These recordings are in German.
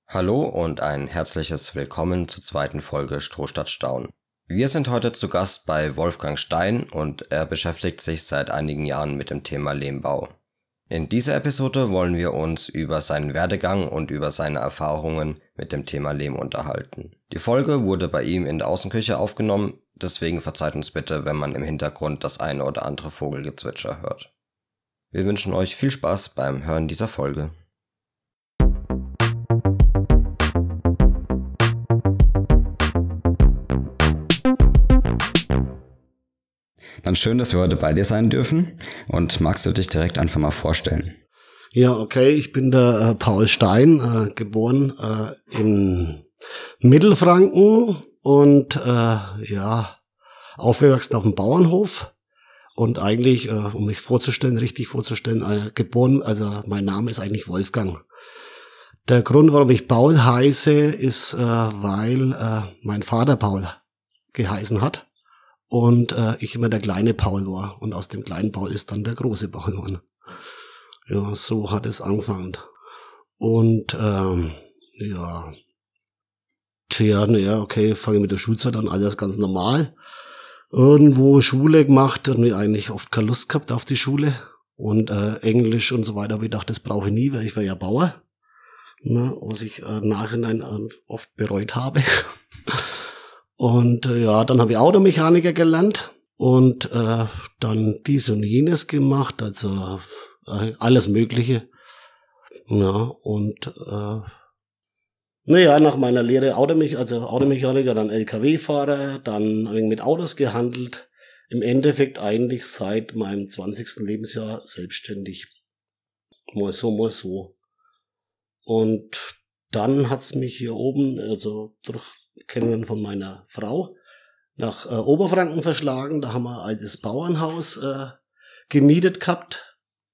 Hallo und ein herzliches Willkommen zur zweiten Folge Stroh statt Stauen. Wir sind heute zu Gast bei Wolfgang Stein und er beschäftigt sich seit einigen Jahren mit dem Thema Lehmbau. In dieser Episode wollen wir uns über seinen Werdegang und über seine Erfahrungen mit dem Thema Lehm unterhalten. Die Folge wurde bei ihm in der Außenküche aufgenommen, deswegen verzeiht uns bitte, wenn man im Hintergrund das eine oder andere Vogelgezwitscher hört. Wir wünschen euch viel Spaß beim Hören dieser Folge. Dann schön, dass wir heute bei dir sein dürfen. Und magst du dich direkt einfach mal vorstellen? Ja, okay. Ich bin der Paul Stein, geboren in Mittelfranken und aufgewachsen auf dem Bauernhof. Und eigentlich, um mich richtig vorzustellen, geboren, also mein Name ist eigentlich Wolfgang. Der Grund, warum ich Paul heiße, ist, weil mein Vater Paul geheißen hat. Und ich immer der kleine Paul war. Und aus dem kleinen Paul ist dann der große Paul geworden. Ja, so hat es angefangen. Und fange mit der Schulzeit an, alles ganz normal. Irgendwo Schule gemacht und mir eigentlich oft keine Lust gehabt auf die Schule. Und Englisch und so weiter habe ich gedacht, das brauche ich nie, weil ich war ja Bauer. Ne, was ich nachhinein oft bereut habe. Und dann habe ich Automechaniker gelernt und dann dies und jenes gemacht, also alles Mögliche. Ja, und nach meiner Lehre Automechaniker, dann LKW-Fahrer, dann habe ich mit Autos gehandelt. Im Endeffekt eigentlich seit meinem 20. Lebensjahr selbstständig. Mal so. Und dann hat's mich hier oben, also durch Kennenlernen von meiner Frau, nach Oberfranken verschlagen. Da haben wir ein altes Bauernhaus gemietet gehabt,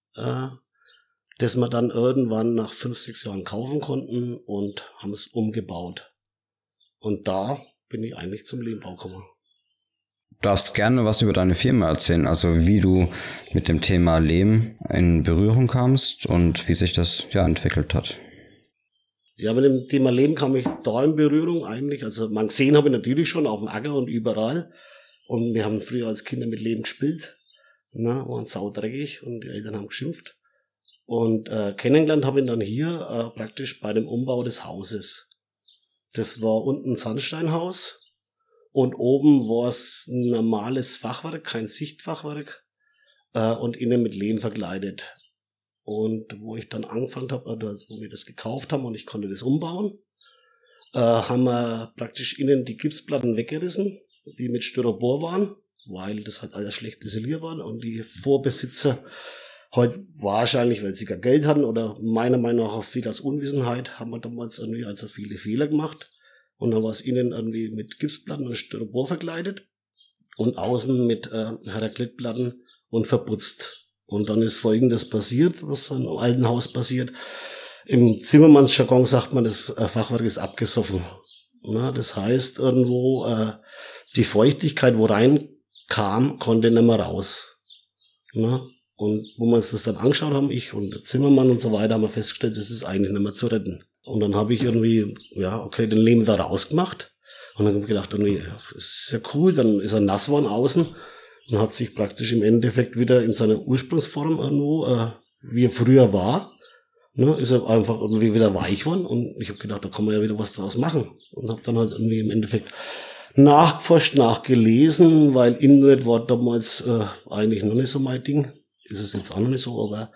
das wir dann irgendwann nach 5-6 Jahren kaufen konnten und haben es umgebaut. Und da bin ich eigentlich zum Lehmbau gekommen. Du darfst gerne was über deine Firma erzählen, also wie du mit dem Thema Lehm in Berührung kamst und wie sich das entwickelt hat. Ja, mit dem Thema Lehm kam ich da in Berührung eigentlich. Also man gesehen habe ich natürlich schon auf dem Acker und überall. Und wir haben früher als Kinder mit Lehm gespielt. Waren saudreckig und die Eltern haben geschimpft. Und kennengelernt habe ich ihn dann hier praktisch bei dem Umbau des Hauses. Das war unten ein Sandsteinhaus und oben war es ein normales Fachwerk, kein Sichtfachwerk und innen mit Lehm verkleidet. Und wo ich dann angefangen habe, also wo wir das gekauft haben und ich konnte das umbauen, haben wir praktisch innen die Gipsplatten weggerissen, die mit Styropor waren, weil das halt alles schlecht isoliert war und die Vorbesitzer heute wahrscheinlich, weil sie gar Geld hatten oder meiner Meinung nach auch viel aus Unwissenheit, haben wir damals irgendwie also viele Fehler gemacht und dann war es innen irgendwie mit Gipsplatten und Styropor verkleidet und außen mit Heraklit-Platten und verputzt. Und dann ist Folgendes passiert, was in einem alten Haus passiert. Im Zimmermannsjargon sagt man, das Fachwerk ist abgesoffen. Das heißt, irgendwo die Feuchtigkeit, wo reinkam, konnte nicht mehr raus. Und wo wir uns das dann angeschaut haben, ich und der Zimmermann und so weiter, haben wir festgestellt, das ist eigentlich nicht mehr zu retten. Und dann habe ich irgendwie, den Lehm da rausgemacht. Und dann habe ich gedacht, das ist ja cool, dann ist er nass geworden außen. Und hat sich praktisch im Endeffekt wieder in seiner Ursprungsform irgendwo, wie er früher war, ist er einfach irgendwie wieder weich geworden. Und ich habe gedacht, da kann man ja wieder was draus machen. Und habe dann halt irgendwie im Endeffekt nachgeforscht, nachgelesen, weil Internet war damals eigentlich noch nicht so mein Ding. Ist es jetzt auch noch nicht so, aber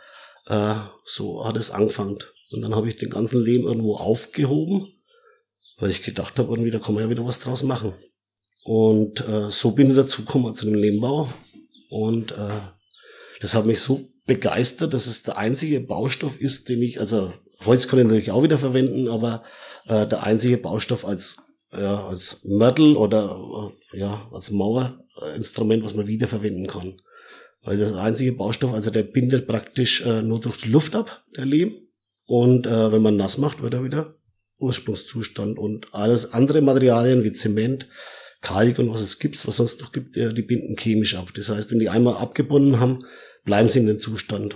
so hat es angefangen. Und dann habe ich den ganzen Lehm irgendwo aufgehoben, weil ich gedacht habe, irgendwie, da kann man ja wieder was draus machen. Und so bin ich dazu gekommen zu dem Lehmbau. Und das hat mich so begeistert, dass es der einzige Baustoff ist, den ich, also Holz kann ich natürlich auch wieder verwenden, aber der einzige Baustoff als Mörtel oder als Mauerinstrument, was man wiederverwenden kann. Weil das einzige Baustoff, also der bindet praktisch nur durch die Luft ab, der Lehm. Und wenn man nass macht, wird er wieder Ursprungszustand. Und alles andere Materialien wie Zement, Kalk und was es gibt, was sonst noch gibt, die binden chemisch ab. Das heißt, wenn die einmal abgebunden haben, bleiben sie in dem Zustand.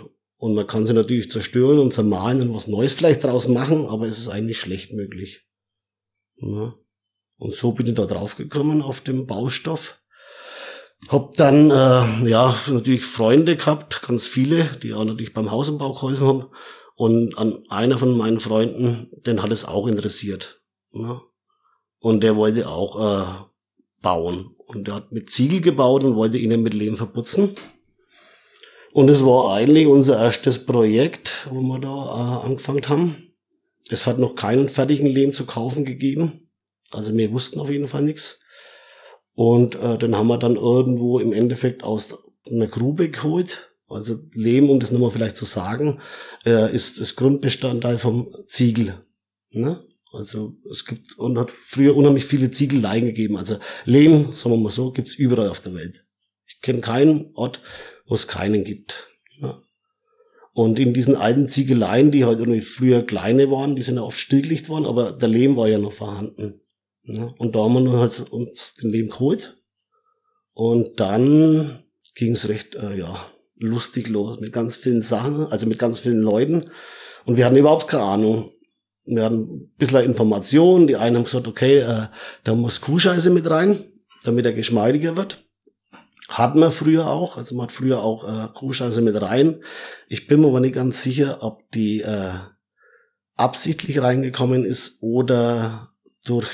Und man kann sie natürlich zerstören und zermahlen und was Neues vielleicht draus machen, aber es ist eigentlich schlecht möglich. Ja. Und so bin ich da drauf gekommen auf dem Baustoff. Hab dann natürlich Freunde gehabt, ganz viele, die auch natürlich beim Hausanbau geholfen haben. Und an einer von meinen Freunden, den hat es auch interessiert. Ja. Und der wollte auch bauen. Und der hat mit Ziegel gebaut und wollte ihn mit Lehm verputzen. Und es war eigentlich unser erstes Projekt, wo wir da angefangen haben. Es hat noch keinen fertigen Lehm zu kaufen gegeben. Also wir wussten auf jeden Fall nichts. Und den haben wir dann irgendwo im Endeffekt aus einer Grube geholt. Also Lehm, um das nochmal vielleicht zu sagen, ist das Grundbestandteil vom Ziegel. Ne? Also es gibt und hat früher unheimlich viele Ziegeleien gegeben. Also Lehm, sagen wir mal so, gibt's überall auf der Welt. Ich kenne keinen Ort, wo es keinen gibt. Ne? Und in diesen alten Ziegeleien, die halt irgendwie früher kleine waren, die sind ja oft stillgelegt worden, aber der Lehm war ja noch vorhanden. Ne? Und da haben wir dann halt uns den Lehm geholt. Und dann ging es recht, lustig los mit ganz vielen Sachen, also mit ganz vielen Leuten. Und wir hatten überhaupt keine Ahnung. Wir hatten ein bisschen Informationen. Die einen haben gesagt, okay, da muss Kuhscheiße mit rein, damit er geschmeidiger wird. Hatten wir früher auch. Also man hat früher auch Kuhscheiße mit rein. Ich bin mir aber nicht ganz sicher, ob die absichtlich reingekommen ist oder durch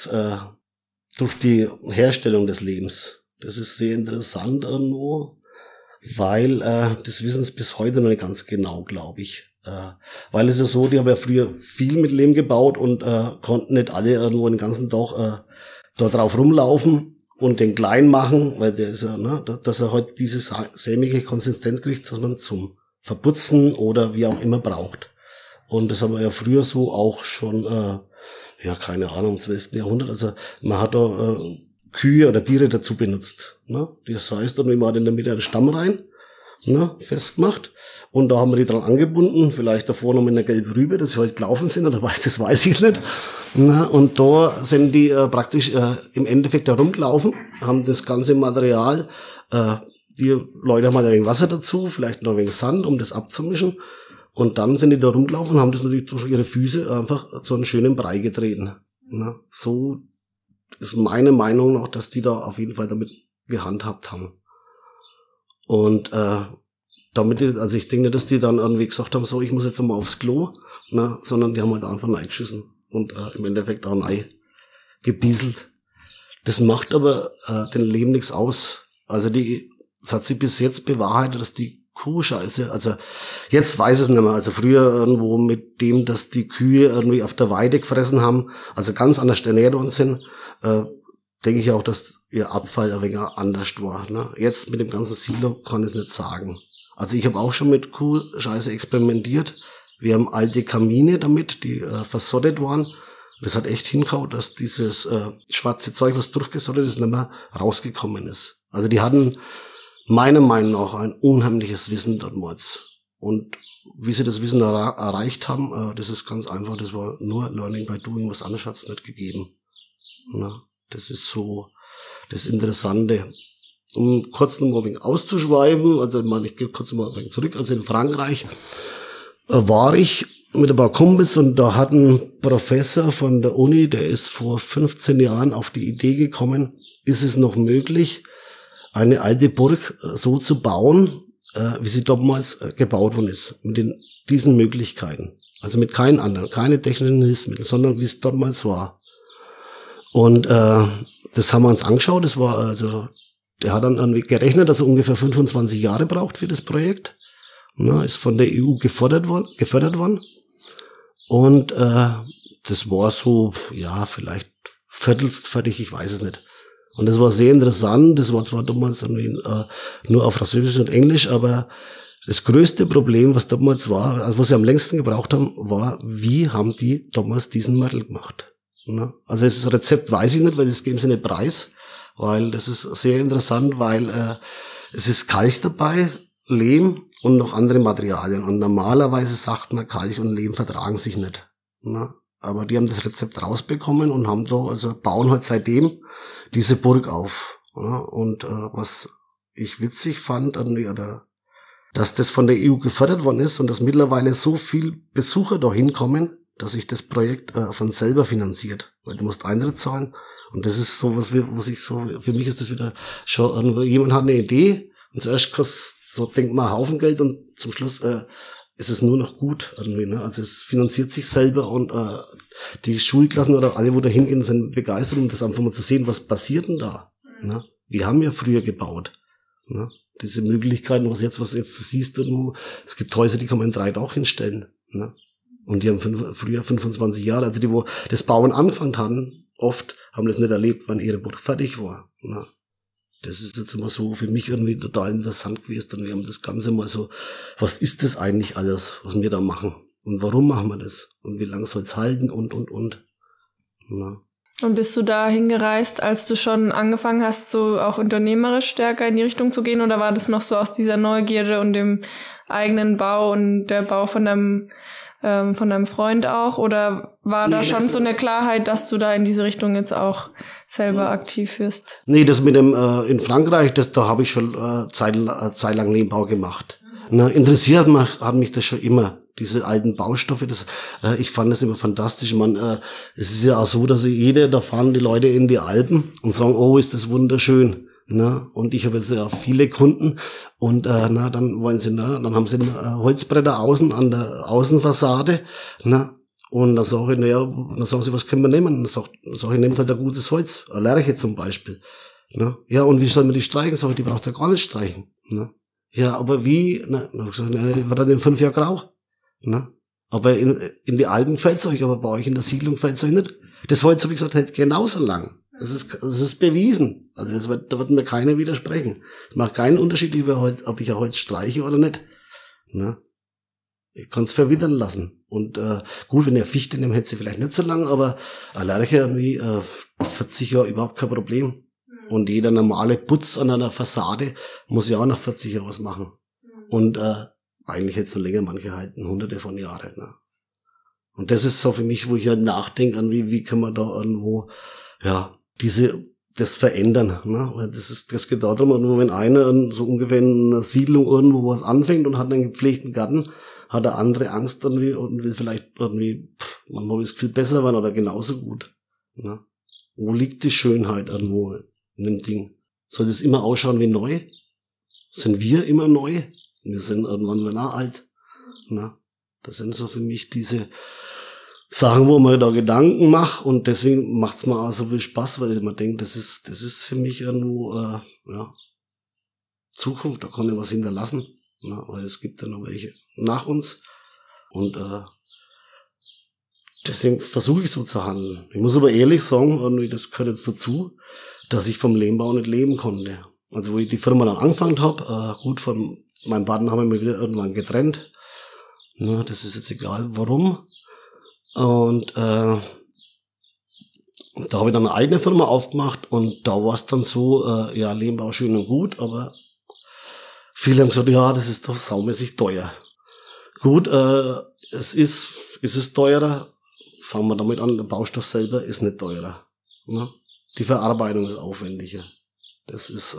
die Herstellung des Lehms. Das ist sehr interessant irgendwo, weil das wissen sie bis heute noch nicht ganz genau, glaube ich. Weil es ist so, die haben ja früher viel mit Lehm gebaut und konnten nicht alle irgendwo den ganzen Tag da drauf rumlaufen und den klein machen, weil der ist ja, dass er halt diese sämige Konsistenz kriegt, dass man zum Verputzen oder wie auch immer braucht. Und das haben wir ja früher so auch schon keine Ahnung, im 12. Jahrhundert. Also man hat da Kühe oder Tiere dazu benutzt. Ne? Das heißt, man hat in der Mitte einen Stamm rein, festgemacht. Und da haben wir die dran angebunden, vielleicht davor noch mit einer gelben Rübe, dass sie halt gelaufen sind, oder das weiß ich nicht. Und da sind die praktisch im Endeffekt herumgelaufen, haben das ganze Material, die Leute haben halt ein wenig Wasser dazu, vielleicht noch ein wenig Sand, um das abzumischen. Und dann sind die da rumgelaufen und haben das natürlich durch ihre Füße einfach zu einem schönen Brei getreten. So ist meine Meinung noch, dass die da auf jeden Fall damit gehandhabt haben. Und also ich denke nicht, dass die dann irgendwie gesagt haben, so, ich muss jetzt mal aufs Klo, sondern die haben halt einfach reingeschissen und im Endeffekt auch rein gebieselt. Das macht aber den Lehm nichts aus. Also es hat sich bis jetzt bewahrheitet, dass die Kuhscheiße, also jetzt weiß ich es nicht mehr, also früher irgendwo mit dem, dass die Kühe irgendwie auf der Weide gefressen haben, also ganz anders ernährt worden sind, denke ich auch, dass ihr Abfall ein wenig anders war. Ne? Jetzt mit dem ganzen Silo kann ich es nicht sagen. Also ich habe auch schon mit Kuhscheiße experimentiert. Wir haben alte Kamine damit, die versottet waren. Das hat echt hingehauen, dass dieses schwarze Zeug, was durchgesottet ist, nicht mehr rausgekommen ist. Also die hatten meiner Meinung nach ein unheimliches Wissen damals. Und wie sie das Wissen erreicht haben, das ist ganz einfach, das war nur Learning by Doing, was anderes hat es nicht gegeben. Na, das ist so das Interessante. Um kurz noch mal ein wenig auszuschweifen, also ich gehe kurz mal ein wenig zurück, also in Frankreich war ich mit ein paar Kumpels und da hat ein Professor von der Uni, der ist vor 15 Jahren auf die Idee gekommen, ist es noch möglich, eine alte Burg so zu bauen, wie sie damals gebaut worden ist, mit diesen Möglichkeiten. Also mit keinen anderen, keine technischen Hilfsmittel, sondern wie es damals war. Und das haben wir uns angeschaut, das war also, der hat dann irgendwie gerechnet, dass er ungefähr 25 Jahre braucht für das Projekt. Ist von der EU gefördert worden. Und das war so, vielleicht viertelst fertig, ich weiß es nicht. Und das war sehr interessant, das war zwar damals nur auf Französisch und Englisch, aber das größte Problem, was damals war, also was sie am längsten gebraucht haben, war, wie haben die damals diesen Mörtel gemacht. Also das Rezept weiß ich nicht, weil das geben sie nicht preis, weil das ist sehr interessant, weil es ist Kalk dabei, Lehm und noch andere Materialien. Und normalerweise sagt man, Kalk und Lehm vertragen sich nicht. Aber die haben das Rezept rausbekommen und haben da, also bauen halt seitdem diese Burg auf. Und was ich witzig fand, oder dass das von der EU gefördert worden ist und dass mittlerweile so viel Besucher da hinkommen, dass sich das Projekt von selber finanziert. Weil du musst Eintritt zahlen. Und das ist so, für mich ist das wieder schon, jemand hat eine Idee und zuerst kostet so, denkt man, Haufen Geld und zum Schluss ist es nur noch gut irgendwie, ne? Also es finanziert sich selber und die Schulklassen oder alle, wo da hingehen, sind begeistert, um das einfach mal zu sehen, was passiert denn da? Ne? Wir haben ja früher gebaut. Ne? Diese Möglichkeiten, was jetzt du siehst, irgendwo, es gibt Häuser, die kann man in 3 Tagen hinstellen. Ne? Und die haben früher 25 Jahre, also die, wo das Bauen angefangen hatten, oft haben das nicht erlebt, wann ihre Boot fertig war. Ne? Das ist jetzt immer so für mich irgendwie total interessant gewesen. Und wir haben das Ganze mal so, was ist das eigentlich alles, was wir da machen? Und warum machen wir das? Und wie lange soll es halten? Und. Ja. Und bist du da hingereist, als du schon angefangen hast, so auch unternehmerisch stärker in die Richtung zu gehen? Oder war das noch so aus dieser Neugierde und dem eigenen Bau und der Bau von deinem Freund auch? Oder war da schon so eine Klarheit, dass du da in diese Richtung jetzt auch selber aktiv wirst? Nee, das mit dem in Frankreich, da habe ich schon Zeit lang Lehmbau gemacht. Interessiert hat mich das schon immer, diese alten Baustoffe. Ich fand das immer fantastisch. Es ist ja auch so, dass da fahren die Leute in die Alpen und sagen, oh, ist das wunderschön. Ne? Und ich habe jetzt ja viele Kunden und dann haben sie Holzbretter außen an der Außenfassade. Ne? Und dann sage ich, dann sagen sie, was können wir nehmen? Dann sag ich, nehmt halt ein gutes Holz, eine Lärche zum Beispiel. Ne? Ja, und wie soll man die streichen? Sag ich, die braucht ja gar nicht streichen. Ne? Ja, aber wie? Dann habe ich gesagt, die wird dann in 5 Jahren grau. Ne? Aber in die Alpen fällt's euch, aber bei euch in der Siedlung fällt's euch nicht. Das Holz, habe ich gesagt, hält genauso lang. Das ist bewiesen. Also da wird mir keiner widersprechen. Es macht keinen Unterschied, ob ich ein Holz streiche oder nicht. Ne? Ich kann es verwitern lassen. Und gut, wenn ihr Fichte nehmt, hätte sie vielleicht nicht so lang, aber eine Lärche irgendwie 40 Jahre überhaupt kein Problem. Und jeder normale Putz an einer Fassade muss ja auch nach 40 Jahren was machen. Und eigentlich hätte es noch länger, manche halten hunderte von Jahren. Ne? Und das ist so für mich, wo ich halt nachdenke, an wie kann man da irgendwo, ja, das verändern, ne? Weil das geht darum, wenn einer so ungefähr in einer Siedlung irgendwo was anfängt und hat einen gepflegten Garten, hat er andere Angst irgendwie und will vielleicht irgendwie, manchmal ist es viel besser werden oder genauso gut, ne? Wo liegt die Schönheit irgendwo in dem Ding? Soll das immer ausschauen wie neu? Sind wir immer neu? Wir sind irgendwann wieder alt, ne? Das sind so für mich diese Sachen, wo man da Gedanken macht und deswegen macht's mir auch so viel Spaß, weil man denkt, das ist für mich ja nur Zukunft, da kann ich was hinterlassen, ne? Weil es gibt ja noch welche nach uns und deswegen versuche ich so zu handeln. Ich muss aber ehrlich sagen, irgendwie das gehört jetzt dazu, dass ich vom Lehmbau nicht leben konnte. Also wo ich die Firma dann angefangen habe, gut, von meinem Partner haben wir mich wieder irgendwann getrennt, ne? Das ist jetzt egal, warum. Und da habe ich dann eine eigene Firma aufgemacht und da war es dann so, Lehmbau schön und gut, aber viele haben gesagt, ja, das ist doch saumäßig teuer. Gut, ist es teurer? Fangen wir damit an, der Baustoff selber ist nicht teurer. Ne? Die Verarbeitung ist aufwendiger. Das ist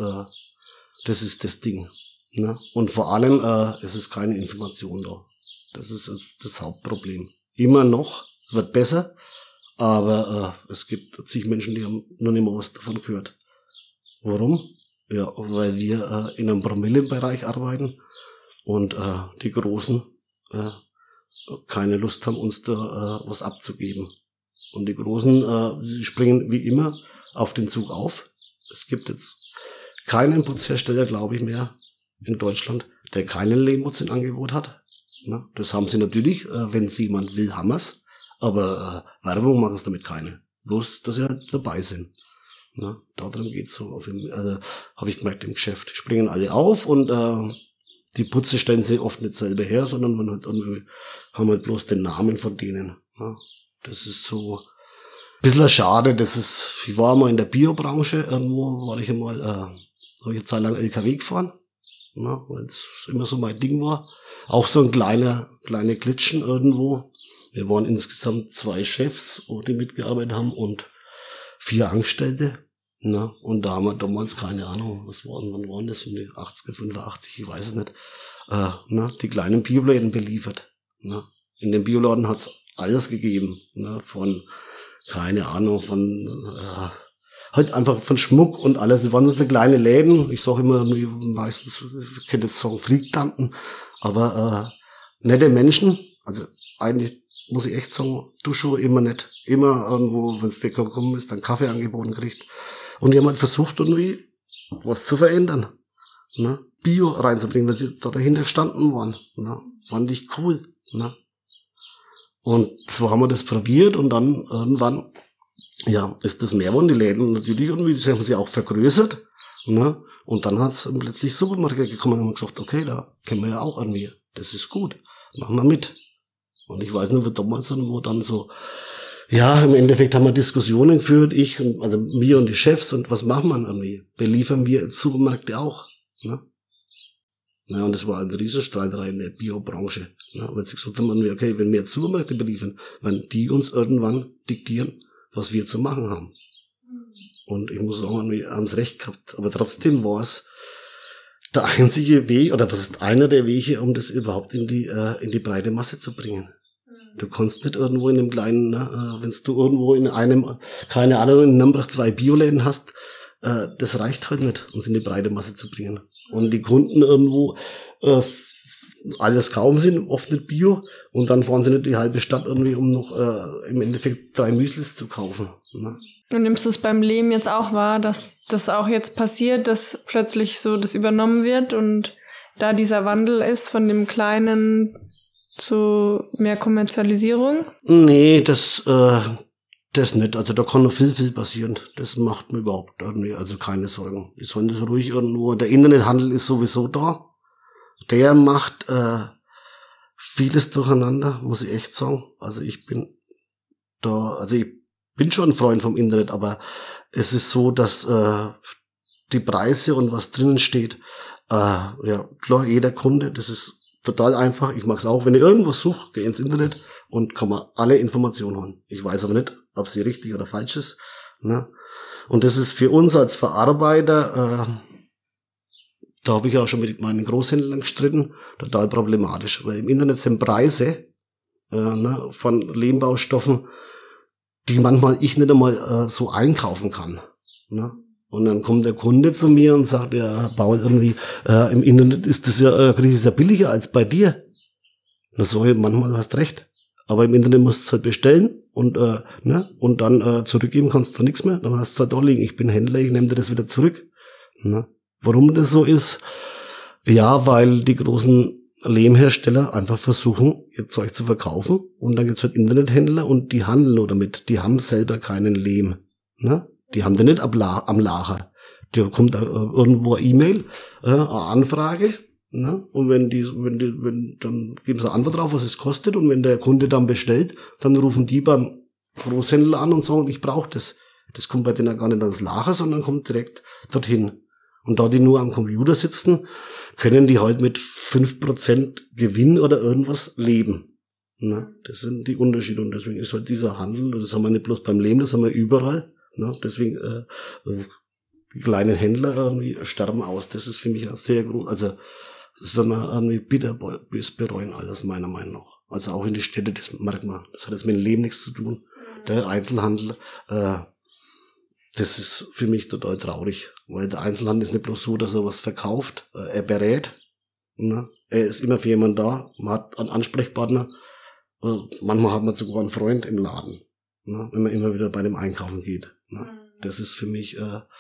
das Ding. Ne? Und vor allem, es ist keine Information da. Das ist jetzt das Hauptproblem. Immer noch, wird besser, aber es gibt zig Menschen, die haben noch nicht mal was davon gehört. Warum? Ja, weil wir in einem Promillebereich arbeiten und die Großen keine Lust haben, uns da was abzugeben. Und die Großen, sie springen wie immer auf den Zug auf. Es gibt jetzt keinen Putzhersteller, glaube ich, mehr in Deutschland, der keinen Lehmputz im Angebot hat. Ne? Das haben sie natürlich, wenn es jemand will, haben wir's. Aber Werbung machen es damit keine. Bloß, dass sie halt dabei sind. Ne? Darum geht's so. Habe ich gemerkt im Geschäft. Springen alle auf und die Putze stellen sie oft nicht selber her, sondern man halt irgendwie, haben halt bloß den Namen von denen. Ne? Das ist so ein bisschen schade. Ich war mal in der Biobranche, irgendwo habe ich eine Zeit lang LKW gefahren. Ne? Weil das immer so mein Ding war. Auch so ein kleine Glitschen irgendwo. Wir waren insgesamt 2 Chefs, die mitgearbeitet haben und 4 Angestellte. Ne? Und da haben wir damals, keine Ahnung, wann waren das? 80er, 85, ich weiß es nicht. die kleinen Bioläden beliefert. Ne? In den Bioladen hat's alles gegeben, ne? Von, keine Ahnung, von halt einfach von Schmuck und alles. Es waren so kleine Läden, ich sage immer, meistens, ich kenne das sagen, Fliegtanten, aber nette Menschen, also eigentlich muss ich echt sagen, Duschschuhe immer nett. Immer irgendwo, wenn es der gekommen ist, dann Kaffee angeboten kriegt. Und die haben halt versucht, irgendwie was zu verändern. Ne? Bio reinzubringen, weil sie da dahinter gestanden waren. Ne? Fand ich cool. Ne? Und so haben wir das probiert und dann irgendwann, ja, ist das mehr geworden, die Läden natürlich irgendwie, das haben sie auch vergrößert. Ne? Und dann hat's plötzlich Supermärkte gekommen und haben gesagt, okay, da kennen wir ja auch an mir. Das ist gut. Machen wir mit. Und ich weiß nicht, wie damals wo dann so, ja, im Endeffekt haben wir Diskussionen geführt, also wir und die Chefs, und was machen wir irgendwie? Beliefern wir Supermärkte auch? Ne? Ja, und das war eine Riesenstreiterei in der Biobranche. Ne? Weil sie gesagt haben, okay, wenn wir jetzt Supermärkte beliefern, werden die uns irgendwann diktieren, was wir zu machen haben. Und ich muss sagen, wir haben es recht gehabt. Aber trotzdem war es der einzige Weg, oder was ist einer der Wege, um das überhaupt in die breite Masse zu bringen. Du kannst nicht irgendwo in einem kleinen, wenn du irgendwo in einem, keine Ahnung, in Nürnberg 2 Bioläden hast, das reicht halt nicht, um es in die breite Masse zu bringen. Und die Kunden irgendwo alles kaufen sie, oft nicht Bio, und dann fahren sie nicht die halbe Stadt irgendwie, um noch im Endeffekt 3 Müslis zu kaufen. Ne? Und nimmst du es beim Leben jetzt auch wahr, dass das auch jetzt passiert, dass plötzlich so das übernommen wird und da dieser Wandel ist von dem Kleinen zu mehr Kommerzialisierung? Nee, das nicht. Also da kann noch viel passieren. Das macht mir überhaupt irgendwie, also keine Sorgen. Die sollen das ruhig irgendwo. Der Internethandel ist sowieso da. Der macht vieles durcheinander, muss ich echt sagen. Also ich bin schon ein Freund vom Internet, aber es ist so, dass die Preise und was drinnen steht, ja klar, jeder Kunde, das ist total einfach. Ich mag's auch, wenn ich irgendwas suche, gehe ins Internet und kann mir alle Informationen holen. Ich weiß aber nicht, ob sie richtig oder falsch ist. Ne? Und das ist für uns als Verarbeiter, da habe ich auch schon mit meinen Großhändlern gestritten, total problematisch, weil im Internet sind Preise von Lehmbaustoffen, die manchmal ich nicht einmal so einkaufen kann. Ne? Und dann kommt der Kunde zu mir und sagt, ja, Herr Bauer, irgendwie, im Internet ist das ja, kriege ich es ja billiger als bei dir. Na so, manchmal hast recht. Aber im Internet musst du es halt bestellen und dann zurückgeben kannst du nichts mehr. Dann hast du es halt da liegen. Ich bin Händler, ich nehme dir das wieder zurück. Ne? Warum das so ist? Ja, weil die großen Lehmhersteller einfach versuchen, ihr Zeug zu verkaufen. Und dann gibt's halt Internethändler und die handeln nur damit. Die haben selber keinen Lehm. Ne? Die haben den nicht am Lager. Da kommt irgendwo eine E-Mail, eine Anfrage. Ne? Und wenn dann geben sie eine Antwort drauf, was es kostet. Und wenn der Kunde dann bestellt, dann rufen die beim Großhändler an und sagen, ich brauche das. Das kommt bei denen gar nicht ans Lager, sondern kommt direkt dorthin. Und da die nur am Computer sitzen, können die halt mit 5% Gewinn oder irgendwas leben. Ne? Das sind die Unterschiede. Und deswegen ist halt dieser Handel, das haben wir nicht bloß beim Leben, das haben wir überall. Ne? Deswegen die kleinen Händler irgendwie sterben aus. Das ist für mich auch sehr groß. Also das wird man irgendwie bitter bereuen, alles meiner Meinung nach. Also auch in die Städte, das merkt man. Das hat jetzt mit dem Leben nichts zu tun. Der Einzelhandel, das ist für mich total traurig, weil der Einzelhandel ist nicht bloß so, dass er was verkauft, er berät, ne? Er ist immer für jemanden da, man hat einen Ansprechpartner, manchmal hat man sogar einen Freund im Laden, ne? Wenn man immer wieder bei dem Einkaufen geht. Ne? Das ist für mich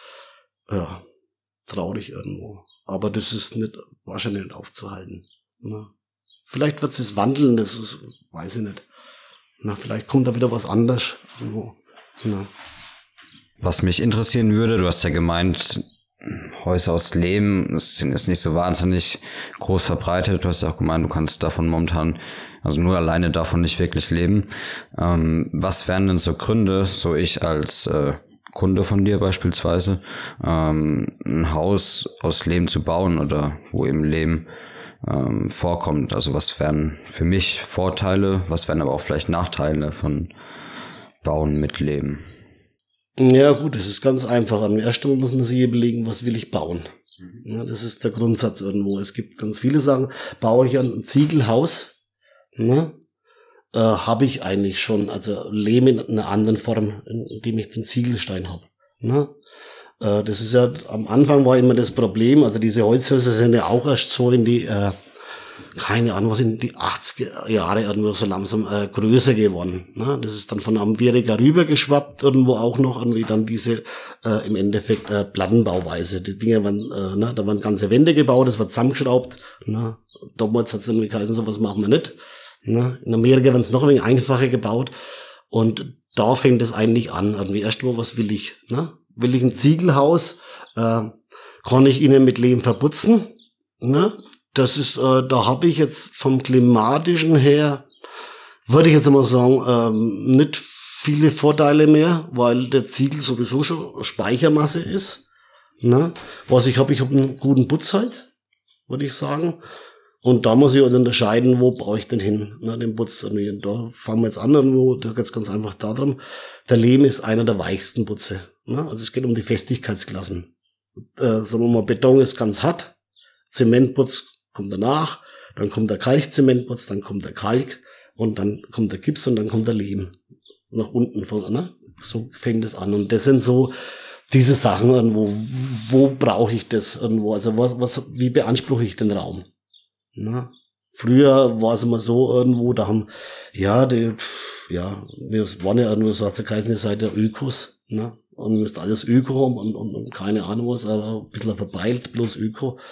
traurig irgendwo, aber das ist nicht wahrscheinlich nicht aufzuhalten. Ne? Vielleicht wird es wandeln, das ist, weiß ich nicht. Na, vielleicht kommt da wieder was anderes. Irgendwo. Ne? Was mich interessieren würde, du hast ja gemeint, Häuser aus Lehm ist nicht so wahnsinnig groß verbreitet. Du hast ja auch gemeint, du kannst davon momentan, also nur alleine davon nicht wirklich leben. Was wären denn so Gründe, so ich als Kunde von dir beispielsweise, ein Haus aus Lehm zu bauen oder wo eben Lehm vorkommt? Also was wären für mich Vorteile, was wären aber auch vielleicht Nachteile von Bauen mit Lehm? Ja gut, das ist ganz einfach. Am ersten Mal muss man sich überlegen, was will ich bauen. Ja, das ist der Grundsatz irgendwo. Es gibt ganz viele Sachen. Baue ich ein Ziegelhaus, ne, habe ich eigentlich schon, also lebe in einer anderen Form, indem ich den Ziegelstein habe. Ne? Das ist ja, am Anfang war immer das Problem, also diese Holzhäuser sind ja auch erst so in die, keine Ahnung, was in die 80er Jahre irgendwo so langsam größer geworden. Ne? Das ist dann von Amerika rübergeschwappt, irgendwo auch noch irgendwie dann diese im Endeffekt Plattenbauweise. Die Dinger waren, ne, da waren ganze Wände gebaut, das war zusammengeschraubt. Ne? Damals hat es irgendwie geheißen, sowas machen wir nicht. Ne? In Amerika werden es noch ein wenig einfacher gebaut und da fängt es eigentlich an. Irgendwie erstmal, was will ich? Ne? Will ich ein Ziegelhaus? Kann ich ihnen mit Lehm verputzen? Ne? Das ist, da habe ich jetzt vom Klimatischen her, würde ich jetzt mal sagen, nicht viele Vorteile mehr, weil der Ziegel sowieso schon Speichermasse ist. Ne? Was ich habe einen guten Putz halt, würde ich sagen. Und da muss ich halt unterscheiden, wo brauche ich denn hin, ne, den Putz. Und da fangen wir jetzt an, irgendwo, da geht es ganz einfach darum, der Lehm ist einer der weichsten Putze. Ne? Also es geht um die Festigkeitsklassen. Sagen wir mal, Beton ist ganz hart, Zementputz kommt danach, dann kommt der Kalkzementputz, dann kommt der Kalk und dann kommt der Gips und dann kommt der Lehm. Nach unten von, ne? So fängt es an. Und das sind so diese Sachen irgendwo, wo brauche ich das irgendwo? Also wie beanspruche ich den Raum? Na, früher war es immer so irgendwo, da haben, das waren ja irgendwo so, hat es geheißen, ihr seid ja Ökos, ne? Und ihr müsst alles Öko haben und keine Ahnung was, aber ein bisschen verbeilt, bloß Öko.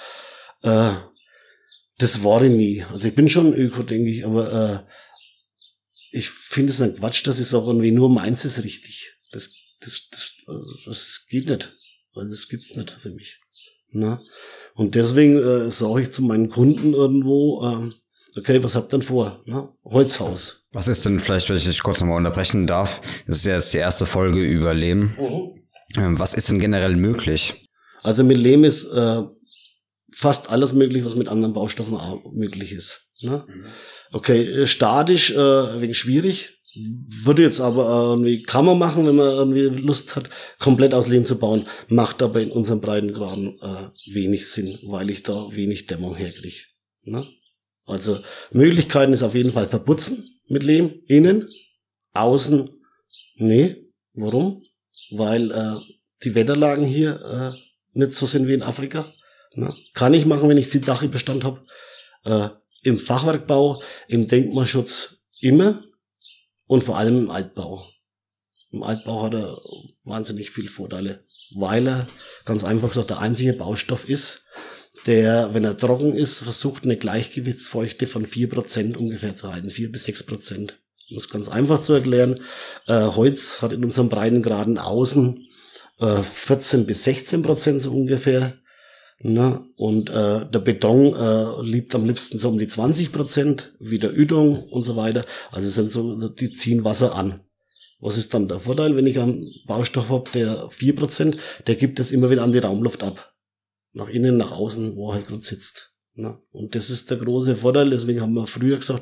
Das war ich nie. Also ich bin schon Öko, denke ich, aber ich finde es ein Quatsch, dass ich sage, irgendwie nur meins ist richtig. Das geht nicht, weil das gibt's nicht für mich. Ne? Und deswegen sage ich zu meinen Kunden irgendwo, okay, was habt ihr denn vor? Ne? Holzhaus. Was ist denn vielleicht, wenn ich dich kurz nochmal unterbrechen darf, das ist ja jetzt die erste Folge über Lehm. Was ist denn generell möglich? Also mit Lehm ist fast alles möglich, was mit anderen Baustoffen auch möglich ist. Ne? Okay, statisch wegen schwierig. Würde jetzt aber irgendwie, kann man machen, wenn man irgendwie Lust hat, komplett aus Lehm zu bauen, macht aber in unseren Breitengraden wenig Sinn, weil ich da wenig Dämmung herkriege. Ne? Also Möglichkeiten ist auf jeden Fall verputzen mit Lehm, innen, außen, nee. Warum? Weil die Wetterlagen hier nicht so sind wie in Afrika. Ne? Kann ich machen, wenn ich viel Dachüberstand habe. Im Fachwerkbau, im Denkmalschutz immer. Und vor allem im Altbau. Im Altbau hat er wahnsinnig viele Vorteile, weil er ganz einfach gesagt der einzige Baustoff ist, der, wenn er trocken ist, versucht eine Gleichgewichtsfeuchte von 4% ungefähr zu halten, 4-6%. Um es ganz einfach zu erklären, Holz hat in unseren Breitengraden außen 14-16% so ungefähr. Ne? Und der Beton liegt am liebsten so um die 20%, wie der Üdung und so weiter. Also sind so, die ziehen Wasser an. Was ist dann der Vorteil, wenn ich einen Baustoff habe, der 4%, der gibt es immer wieder an die Raumluft ab. Nach innen, nach außen, wo er halt gut sitzt. Ne? Und das ist der große Vorteil, deswegen haben wir früher gesagt,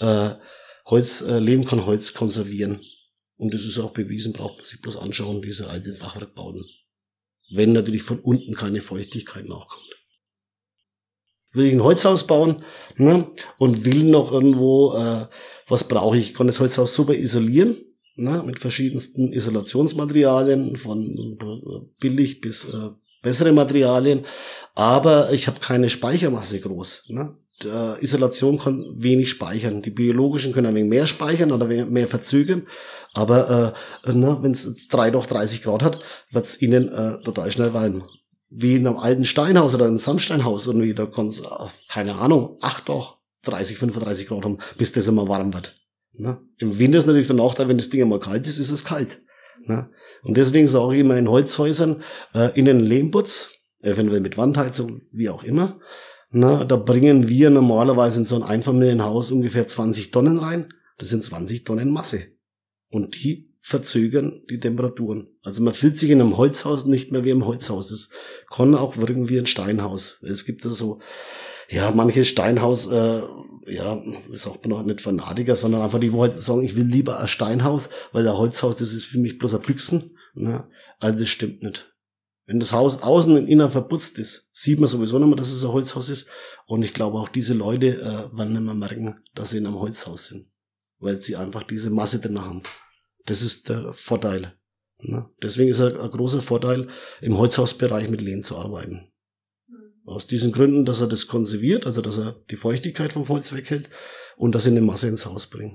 Lehm kann Holz konservieren. Und das ist auch bewiesen, braucht man sich bloß anschauen, diese alten Fachwerkbauten. Wenn natürlich von unten keine Feuchtigkeit nachkommt. Will ich ein Holzhaus bauen, ne, und will noch irgendwo, was brauche ich? Ich kann das Holzhaus super isolieren, ne, mit verschiedensten Isolationsmaterialien, von billig bis bessere Materialien, aber ich habe keine Speichermasse groß. Ne. Isolation kann wenig speichern. Die biologischen können ein wenig mehr speichern oder mehr verzögern. Aber wenn es jetzt 3 durch 30 Grad hat, wird es innen total schnell warm. Wie in einem alten Steinhaus oder einem Sandsteinhaus irgendwie, da kann es, keine Ahnung, 8 durch 30, 35 Grad haben, bis das immer warm wird. Ne? Im Winter ist natürlich der Nachteil, wenn das Ding einmal kalt ist, ist es kalt. Ne? Und deswegen sage ich immer in Holzhäusern, innen Lehmputz, eventuell mit Wandheizung, wie auch immer. Na, da bringen wir normalerweise in so ein Einfamilienhaus ungefähr 20 Tonnen rein. Das sind 20 Tonnen Masse. Und die verzögern die Temperaturen. Also man fühlt sich in einem Holzhaus nicht mehr wie im Holzhaus. Das kann auch wirken wie ein Steinhaus. Es gibt da so, manches Steinhaus, ist auch noch nicht Fanatiker, sondern einfach die, wo halt sagen, ich will lieber ein Steinhaus, weil ein Holzhaus, das ist für mich bloß ein Büchsen. Na, also das stimmt nicht. Wenn das Haus außen und innen verputzt ist, sieht man sowieso nicht mehr, dass es ein Holzhaus ist. Und ich glaube auch diese Leute werden nicht mehr merken, dass sie in einem Holzhaus sind. Weil sie einfach diese Masse drin haben. Das ist der Vorteil. Ne? Deswegen ist es ein großer Vorteil, im Holzhausbereich mit Lehm zu arbeiten. Aus diesen Gründen, dass er das konserviert, also dass er die Feuchtigkeit vom Holz weghält und dass er eine Masse ins Haus bringt.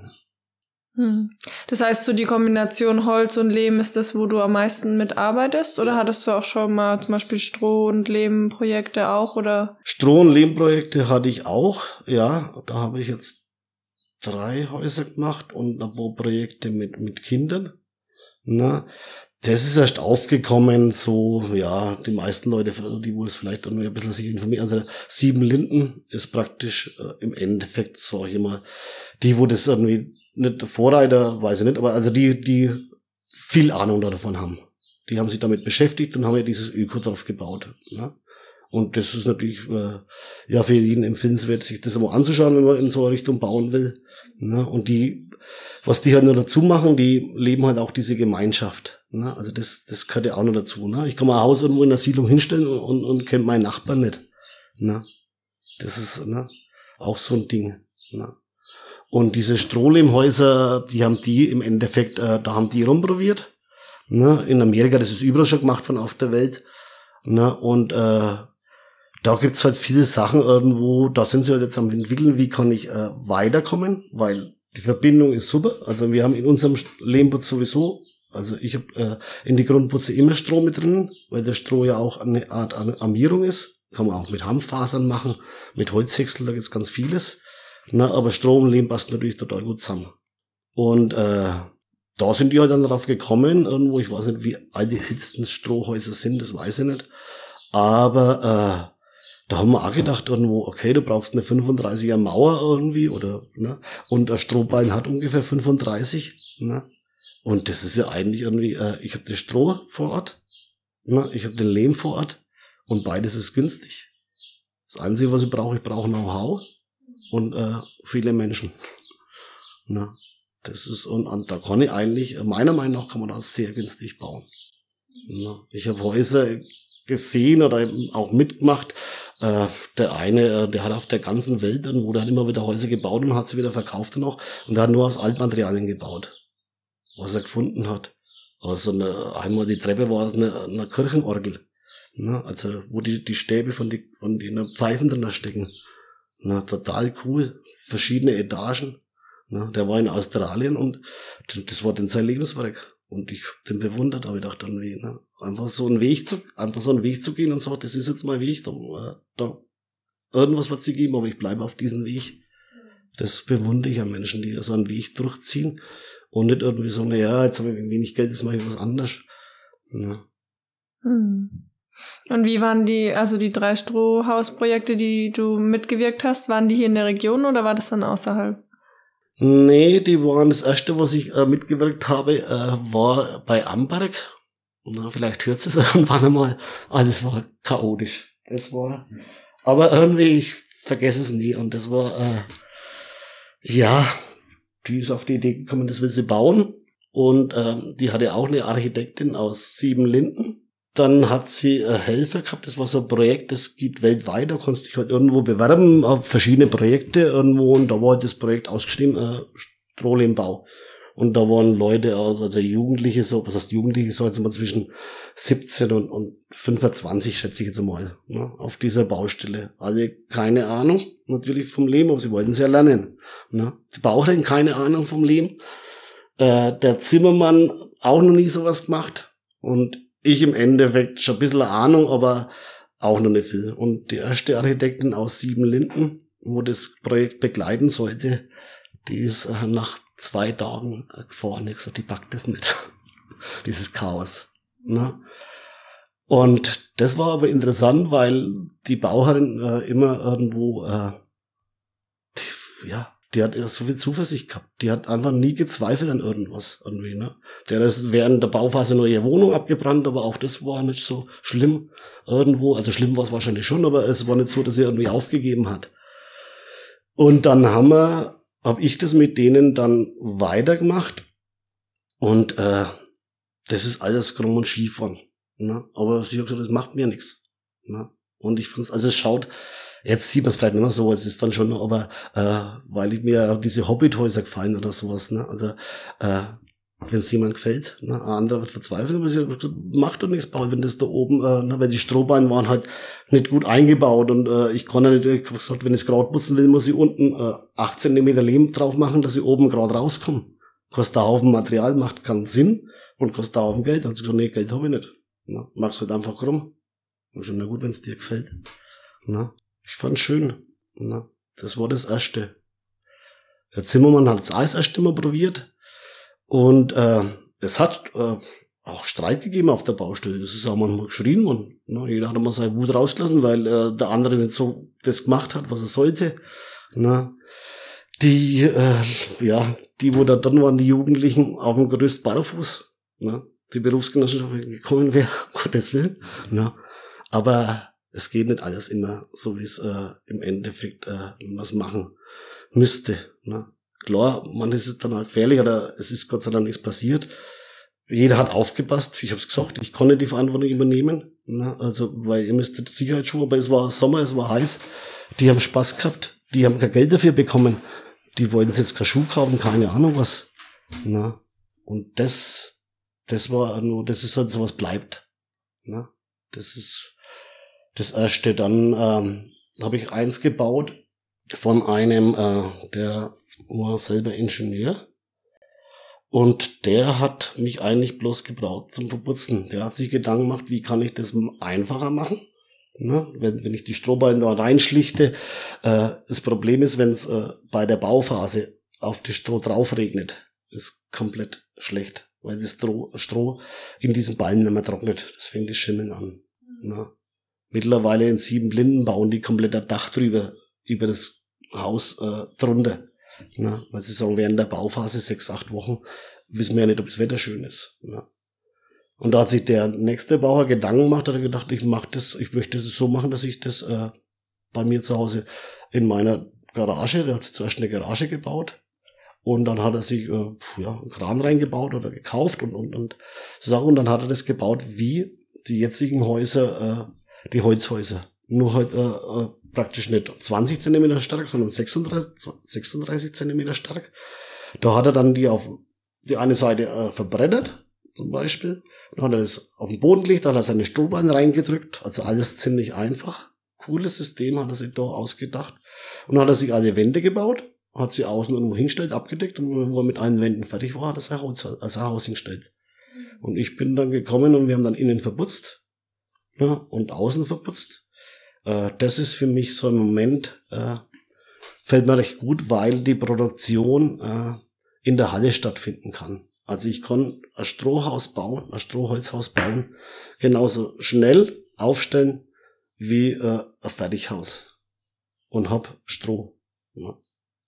Das heißt, so die Kombination Holz und Lehm ist das, wo du am meisten mitarbeitest? Oder hattest du auch schon mal zum Beispiel Stroh- und Lehmprojekte auch? Oder? Stroh- und Lehmprojekte hatte ich auch, ja. Da habe ich jetzt 3 Häuser gemacht und ein paar Projekte mit Kindern. Na, das ist erst aufgekommen, so, ja, die meisten Leute, die wohl es vielleicht irgendwie ein bisschen sich informieren, also 7 Linden ist praktisch im Endeffekt, sag ich mal, die, wo das irgendwie nicht Vorreiter, weiß ich nicht, aber also die viel Ahnung davon haben. Die haben sich damit beschäftigt und haben ja dieses Öko drauf gebaut. Ne? Und das ist natürlich ja für jeden empfehlenswert, sich das mal anzuschauen, wenn man in so eine Richtung bauen will. Ne? Und was die halt noch dazu machen, die leben halt auch diese Gemeinschaft. Ne? Also das gehört ja auch noch dazu. Ne? Ich kann mal ein Haus irgendwo in der Siedlung hinstellen und kenne meinen Nachbarn nicht. Ne? Das ist auch so ein Ding. Ne? Und diese Strohlehmhäuser, die haben die im Endeffekt, da haben die rumprobiert. Ne? In Amerika, das ist überall schon gemacht von auf der Welt. Ne? Und da gibt's halt viele Sachen irgendwo, da sind sie halt jetzt am entwickeln, wie kann ich weiterkommen, weil die Verbindung ist super. Also wir haben in unserem Lehmputz sowieso, also ich habe in die Grundputze immer Stroh mit drin, weil der Stroh ja auch eine Art Armierung ist. Kann man auch mit Hanffasern machen, mit Holzhäcksel, da gibt's ganz vieles. Na, aber Stroh und Lehm passt natürlich total gut zusammen. Und da sind die halt dann drauf gekommen, irgendwo, ich weiß nicht, wie alt die ältesten Strohhäuser sind, das weiß ich nicht. Aber da haben wir auch gedacht irgendwo, okay, du brauchst eine 35er Mauer irgendwie, oder, ne? Und der Strohballen hat ungefähr 35, ne? Und das ist ja eigentlich irgendwie, ich habe das Stroh vor Ort, ne? Ich habe den Lehm vor Ort und beides ist günstig. Das Einzige, was ich brauche Know-how und viele Menschen. Ne? Das ist, und da kann ich eigentlich, meiner Meinung nach kann man das sehr günstig bauen. Ne? Ich habe Häuser gesehen oder eben auch mitgemacht. Der eine, der hat auf der ganzen Welt, wo der hat immer wieder Häuser gebaut und hat sie wieder verkauft noch. Und der hat nur aus Altmaterialien gebaut, was er gefunden hat. Also einmal die Treppe war aus einer Kirchenorgel. Ne? Also wo die Stäbe von den Pfeifen drin stecken. Na, total cool. Verschiedene Etagen. Na, der war in Australien und das war dann sein Lebenswerk. Und ich hab den bewundert, aber ich dachte irgendwie, einfach so einen Weg zu gehen und so, das ist jetzt mein Weg. Da irgendwas wird sie geben, aber ich bleibe auf diesem Weg. Das bewundere ich an Menschen, die so einen Weg durchziehen und nicht irgendwie so, jetzt habe ich wenig Geld, jetzt mache ich was anderes. Na. Und wie waren die 3 Strohhausprojekte, die du mitgewirkt hast, waren die hier in der Region oder war das dann außerhalb? Nee, die waren das erste, was ich mitgewirkt habe, war bei Amberg. Na, vielleicht hört es irgendwann einmal. Das war chaotisch. Aber irgendwie, ich vergesse es nie. Und das war, die ist auf die Idee gekommen, das will sie bauen. Und die hatte auch eine Architektin aus 7 Linden. Dann hat sie Helfer gehabt, das war so ein Projekt, das geht weltweit, da konntest du dich halt irgendwo bewerben auf verschiedene Projekte irgendwo und da war halt das Projekt ausgeschrieben, Strohlehmbau. Und da waren Leute aus, also Jugendliche, so, was heißt Jugendliche, so jetzt mal zwischen 17 und 25, schätze ich jetzt mal, ne, auf dieser Baustelle. Alle keine Ahnung, natürlich vom Lehm, aber sie wollten es ja lernen. Ne. Die Bauherrin keine Ahnung vom Lehm. Der Zimmermann auch noch nie sowas gemacht und ich im Endeffekt schon ein bisschen Ahnung, aber auch noch nicht viel. Und die erste Architektin aus 7 Linden, wo das Projekt begleiten sollte, die ist nach 2 Tagen gefahren. Ich gesagt, die packt das nicht. Dieses Chaos. Ne? Und das war aber interessant, weil die Bauherrin immer irgendwo, die hat so viel Zuversicht gehabt. Die hat einfach nie gezweifelt an irgendwas irgendwie, ne. Der ist während der Bauphase nur ihre Wohnung abgebrannt, aber auch das war nicht so schlimm irgendwo. Also schlimm war es wahrscheinlich schon, aber es war nicht so, dass sie irgendwie aufgegeben hat. Und dann hab ich das mit denen dann weitergemacht und das ist alles krumm und schief geworden. Ne? Aber sie hat gesagt, das macht mir nichts. Ne? Und ich fand's, also es schaut, jetzt sieht man es vielleicht nicht mehr so, es ist dann schon, aber weil mir diese Hobbithäuser gefallen oder sowas, ne? Also wenn es jemand gefällt, ne? Ein anderer wird verzweifeln, aber sie macht doch nichts, wenn das da oben, ne? Weil die Strohballen waren halt nicht gut eingebaut und ich konnte nicht, ich hab gesagt, wenn ich das Kraut putzen will, muss ich unten 8 Zentimeter Lehm drauf machen, dass ich oben gerade rauskomme. Kostet ein Haufen Material, macht keinen Sinn und kostet ein Haufen Geld. Dann hat sie gesagt, nee, Geld habe ich nicht. Ne? Mach's halt einfach krumm. Und schon, na gut, wenn es dir gefällt. Ne? Ich fand's schön. Ne? Das war das Erste. Der Zimmermann hat das Eis erst immer probiert. Und es hat auch Streit gegeben auf der Baustelle. Es ist auch manchmal geschrien worden. Ne? Jeder hat mal seine Wut rausgelassen, weil der andere nicht so das gemacht hat, was er sollte. Ne? Die, wo da dann waren, die Jugendlichen auf dem Gerüst barfuß. Ne? Die Berufsgenossenschaft gekommen wäre, um Gottes Willen. Ne? Aber es geht nicht alles immer so, wie es im Endeffekt was machen müsste. Ne? Klar, manches ist dann auch gefährlich, aber es ist Gott sei Dank nichts passiert. Jeder hat aufgepasst, ich habe es gesagt, ich konnte die Verantwortung übernehmen. Ne? Also, weil ihr müsstet Sicherheitsschuhe, aber es war Sommer, es war heiß. Die haben Spaß gehabt, die haben kein Geld dafür bekommen. Die wollten sich jetzt keinen Schuh kaufen, keine Ahnung was. Ne? Und das war nur, das ist halt so, was bleibt. Ne? Das ist das Erste. Dann habe ich eins gebaut von einem, der war selber Ingenieur. Und der hat mich eigentlich bloß gebraucht zum Verputzen. Der hat sich Gedanken gemacht, wie kann ich das einfacher machen? Ne? Wenn ich die Strohballen da reinschlichte. Das Problem ist, wenn es bei der Bauphase auf das Stroh drauf regnet, ist komplett schlecht, weil das Stroh in diesen Ballen nicht mehr trocknet. Das fängt das Schimmeln an. Ne? Mittlerweile in Siebenblinden bauen die komplett ein Dach drüber, über das Haus drunter. Ne? Weil sie sagen, während der Bauphase 6-8 Wochen wissen wir ja nicht, ob das Wetter schön ist. Ne? Und da hat sich der nächste Bauer Gedanken gemacht, hat er gedacht, ich möchte es so machen, dass ich das bei mir zu Hause in meiner Garage, der hat sich zuerst eine Garage gebaut und dann hat er sich einen Kran reingebaut oder gekauft und so Sachen und dann hat er das gebaut wie die jetzigen Häuser, die Holzhäuser. Nur halt praktisch nicht 20 Zentimeter stark, sondern 36 Zentimeter stark. Da hat er dann die auf die eine Seite verbrettert, zum Beispiel. Dann hat er das auf den Boden gelegt, dann hat er seine Strohballen reingedrückt. Also alles ziemlich einfach. Cooles System hat er sich da ausgedacht. Und dann hat er sich alle Wände gebaut, hat sie außen irgendwo hingestellt, abgedeckt und wo er mit allen Wänden fertig war, hat er sein Haus hingestellt. Und ich bin dann gekommen und wir haben dann innen verputzt, ja, und außen verputzt. Das ist für mich so ein Moment, fällt mir recht gut, weil die Produktion in der Halle stattfinden kann. Also ich kann ein Strohhaus bauen, ein Strohholzhaus bauen, genauso schnell aufstellen wie ein Fertighaus und hab Stroh. Ja.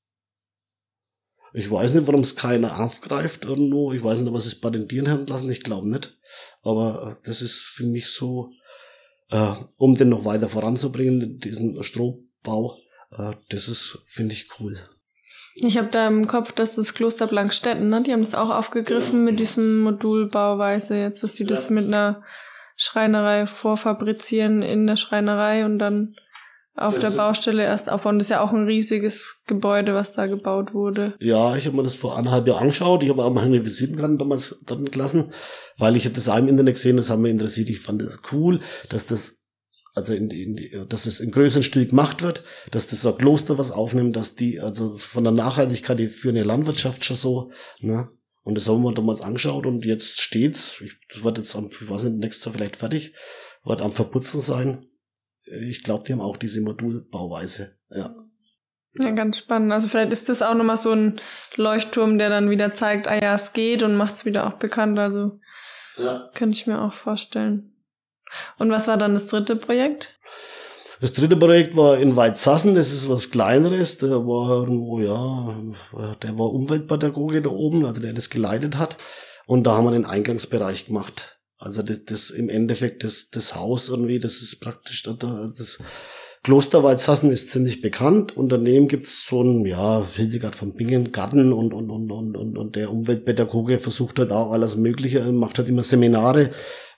Ich weiß nicht, warum es keiner aufgreift irgendwo. Ich weiß nicht, was es patentieren haben lassen. Ich glaube nicht. Aber das ist für mich so, um den noch weiter voranzubringen, diesen Strohbau, das ist, finde ich, cool. Ich habe da im Kopf, dass das Kloster Blankstetten, ne, die haben das auch aufgegriffen mit diesem Modulbauweise jetzt, dass die das mit einer Schreinerei vorfabrizieren in der Schreinerei und dann auf der Baustelle erst aufbauen. Das ist ja auch ein riesiges Gebäude, was da gebaut wurde. Ja, ich habe mir das vor 1,5 Jahren angeschaut. Ich habe auch meine Visitenkarten damals dann gelassen, weil ich das auch im Internet gesehen, das hat mich interessiert. Ich fand das cool, dass das dass es in größeren Stil gemacht wird, dass das so ein Kloster was aufnimmt, dass die, also von der Nachhaltigkeit, die für eine Landwirtschaft schon so, ne? Und das haben wir damals angeschaut und jetzt steht's, das wird jetzt ich weiß nicht, nächstes Jahr vielleicht fertig, wird am Verputzen sein. Ich glaube, die haben auch diese Modulbauweise, ja. Ja, ganz spannend. Also vielleicht ist das auch nochmal so ein Leuchtturm, der dann wieder zeigt, ah ja, es geht und macht's wieder auch bekannt. Also ja, könnte ich mir auch vorstellen. Und was war dann das dritte Projekt? Das dritte Projekt war in Weizsassen, das ist was Kleineres, der war Umweltpädagoge da oben, also der das geleitet hat. Und da haben wir den Eingangsbereich gemacht. Also das im Endeffekt, das Haus irgendwie, das ist praktisch, das Kloster Weizsassen ist ziemlich bekannt. Und daneben gibt's so einen, Hildegard von Bingen Garten und der Umweltpädagoge versucht halt auch alles Mögliche, macht halt immer Seminare,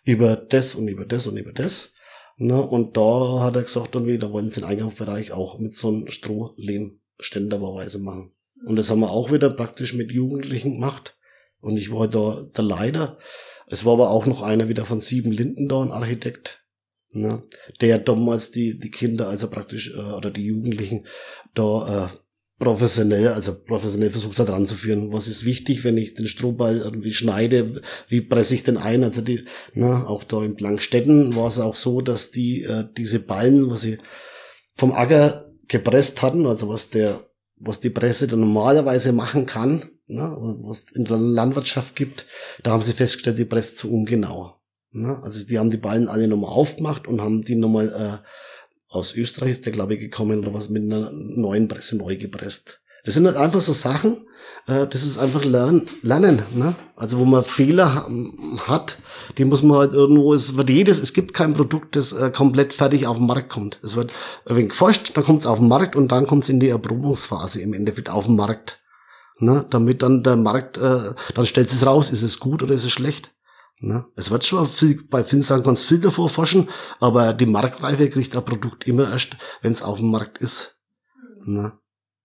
über das und über das und über das. Ne? Und da hat er gesagt, irgendwie, da wollen sie den Einkaufsbereich auch mit so einem Strohlehm ständerweise machen. Und das haben wir auch wieder praktisch mit Jugendlichen gemacht. Und ich war da der Leiter. Es war aber auch noch einer wieder von 7 Linden da, ein Architekt, ne? Der damals die Kinder, also praktisch, oder die Jugendlichen da professionell versucht hat ranzuführen. Was ist wichtig, wenn ich den Strohball irgendwie schneide? Wie presse ich den ein? Also auch da in Blankstetten war es auch so, dass diese Ballen, was sie vom Acker gepresst hatten, also was die Presse dann normalerweise machen kann, ne, was in der Landwirtschaft gibt, da haben sie festgestellt, die presst zu ungenau. Ne? Also die haben die Ballen alle nochmal aufgemacht und haben die nochmal aus Österreich ist der, glaube ich, gekommen oder was mit einer neuen Presse neu gepresst. Das sind halt einfach so Sachen, das ist einfach Lernen, ne? Also wo man Fehler hat, die muss man halt irgendwo, es gibt kein Produkt, das komplett fertig auf den Markt kommt. Es wird ein wenig geforscht, dann kommt es auf den Markt und dann kommt es in die Erprobungsphase im Endeffekt auf den Markt. Ne? Damit dann der Markt, dann stellt es raus, ist es gut oder ist es schlecht. Ne? Es wird schon bei vielen Sachen kannst viel davor forschen, aber die Marktreife kriegt ein Produkt immer erst, wenn es auf dem Markt ist. Ne?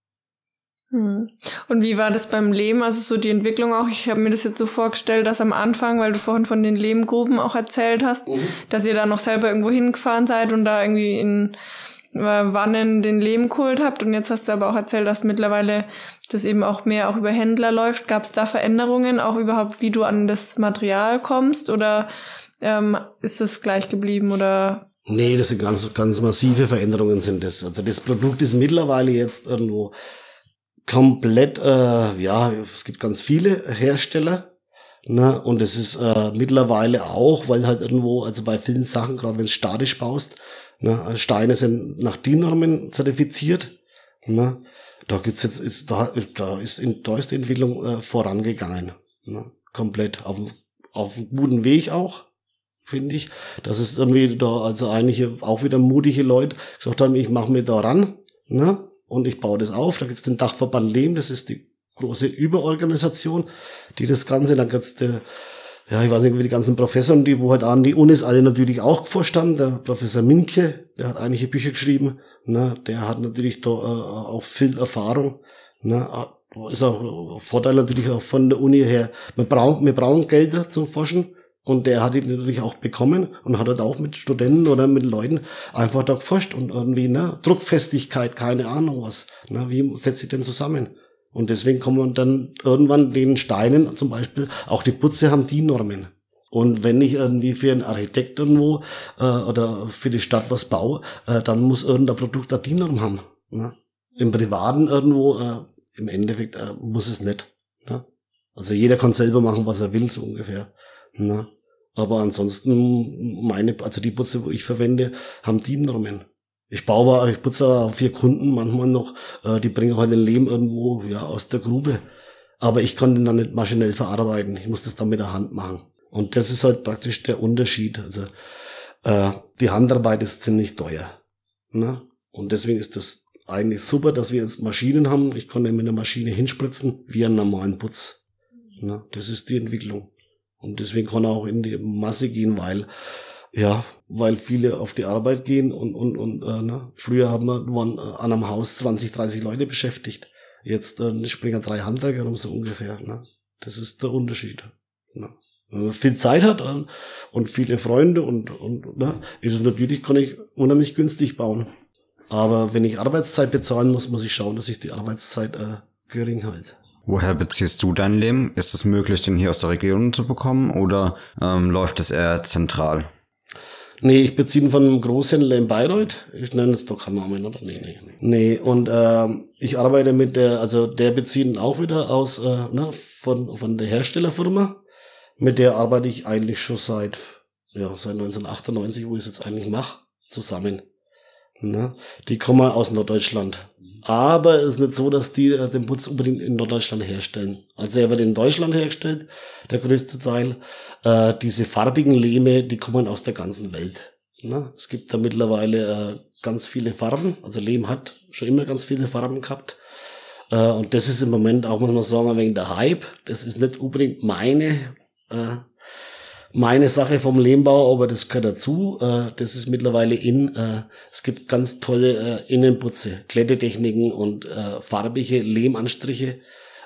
Und wie war das beim Lehm, also so die Entwicklung auch? Ich habe mir das jetzt so vorgestellt, dass am Anfang, weil du vorhin von den Lehmgruben auch erzählt hast, dass ihr da noch selber irgendwo hingefahren seid und da irgendwie in Wannen den Lehm geholt habt, und jetzt hast du aber auch erzählt, dass mittlerweile das eben auch mehr auch über Händler läuft. Gab es da Veränderungen auch überhaupt, wie du an das Material kommst, oder ist das gleich geblieben, oder? Nee, das sind ganz, ganz massive Veränderungen sind das. Also das Produkt ist mittlerweile jetzt irgendwo komplett, es gibt ganz viele Hersteller, ne, und es ist mittlerweile auch, weil halt irgendwo, also bei vielen Sachen, gerade wenn du statisch baust, ne, Steine sind nach DIN-Normen zertifiziert, ne, da ist die Entwicklung vorangegangen, ne, komplett auf einem guten Weg auch, finde ich. Das ist irgendwie da, also eigentlich auch wieder mutige Leute gesagt haben, ich mache mir da ran, ne, und ich baue das auf. Da gibt's den Dachverband Lehm, das ist die große Überorganisation, die das Ganze, dann gibt's ich weiß nicht, wie die ganzen Professoren, die wo halt an die Unis alle natürlich auch geforscht haben. Der Professor Minke, der hat einige Bücher geschrieben, ne, der hat natürlich da auch viel Erfahrung, ne, ist auch ein Vorteil natürlich auch von der Uni her. Wir brauchen Gelder zum Forschen. Und der hat die natürlich auch bekommen und hat halt auch mit Studenten oder mit Leuten einfach da geforscht und irgendwie, ne, Druckfestigkeit, keine Ahnung was, ne, wie setzt sich denn zusammen? Und deswegen kommt man dann irgendwann den Steinen, zum Beispiel, auch die Putze haben DIN-Normen. Und wenn ich irgendwie für einen Architekt irgendwo, oder für die Stadt was baue, dann muss irgendein Produkt eine DIN-Norm haben, ne? Im Privaten irgendwo, im Endeffekt, muss es nicht, ne? Also jeder kann selber machen, was er will, so ungefähr, ne? Aber ansonsten, die Putze, wo ich verwende, haben DIN-Normen. Ich putze 4 Kunden manchmal noch, die bringen halt den Lehm irgendwo, aus der Grube. Aber ich kann den dann nicht maschinell verarbeiten. Ich muss das dann mit der Hand machen. Und das ist halt praktisch der Unterschied. Also, die Handarbeit ist ziemlich teuer, ne? Und deswegen ist das eigentlich super, dass wir jetzt Maschinen haben. Ich kann den mit einer Maschine hinspritzen, wie einen normalen Putz, ne? Das ist die Entwicklung. Und deswegen kann er auch in die Masse gehen, weil viele auf die Arbeit gehen und früher waren an einem Haus 20, 30 Leute beschäftigt. Jetzt springen 3 Handwerker rum, so ungefähr, ne? Das ist der Unterschied, ne? Wenn man viel Zeit hat und viele Freunde ist es natürlich, kann ich unheimlich günstig bauen. Aber wenn ich Arbeitszeit bezahlen muss ich schauen, dass ich die Arbeitszeit gering halte. Woher beziehst du dein Lehm? Ist es möglich, den hier aus der Region zu bekommen, oder läuft es eher zentral? Nee, ich beziehe ihn von einem Großhändler in Bayreuth. Ich nenne es doch keinen Namen, oder? Nee, und ich arbeite mit der bezieht ihn auch wieder aus, von der Herstellerfirma. Mit der arbeite ich eigentlich schon seit 1998, wo ich es jetzt eigentlich mache, zusammen. Ne? Die kommen aus Norddeutschland. Aber es ist nicht so, dass die den Putz unbedingt in Norddeutschland herstellen. Also er wird in Deutschland hergestellt, der größte Teil. Diese farbigen Lehme, die kommen aus der ganzen Welt. Ne? Es gibt da mittlerweile ganz viele Farben. Also Lehm hat schon immer ganz viele Farben gehabt. Und das ist im Moment auch, muss man sagen, wegen der Hype. Das ist nicht unbedingt meine meine Sache vom Lehmbau, aber das gehört dazu. Das ist mittlerweile es gibt ganz tolle Innenputze, Glättetechniken und farbige Lehmanstriche,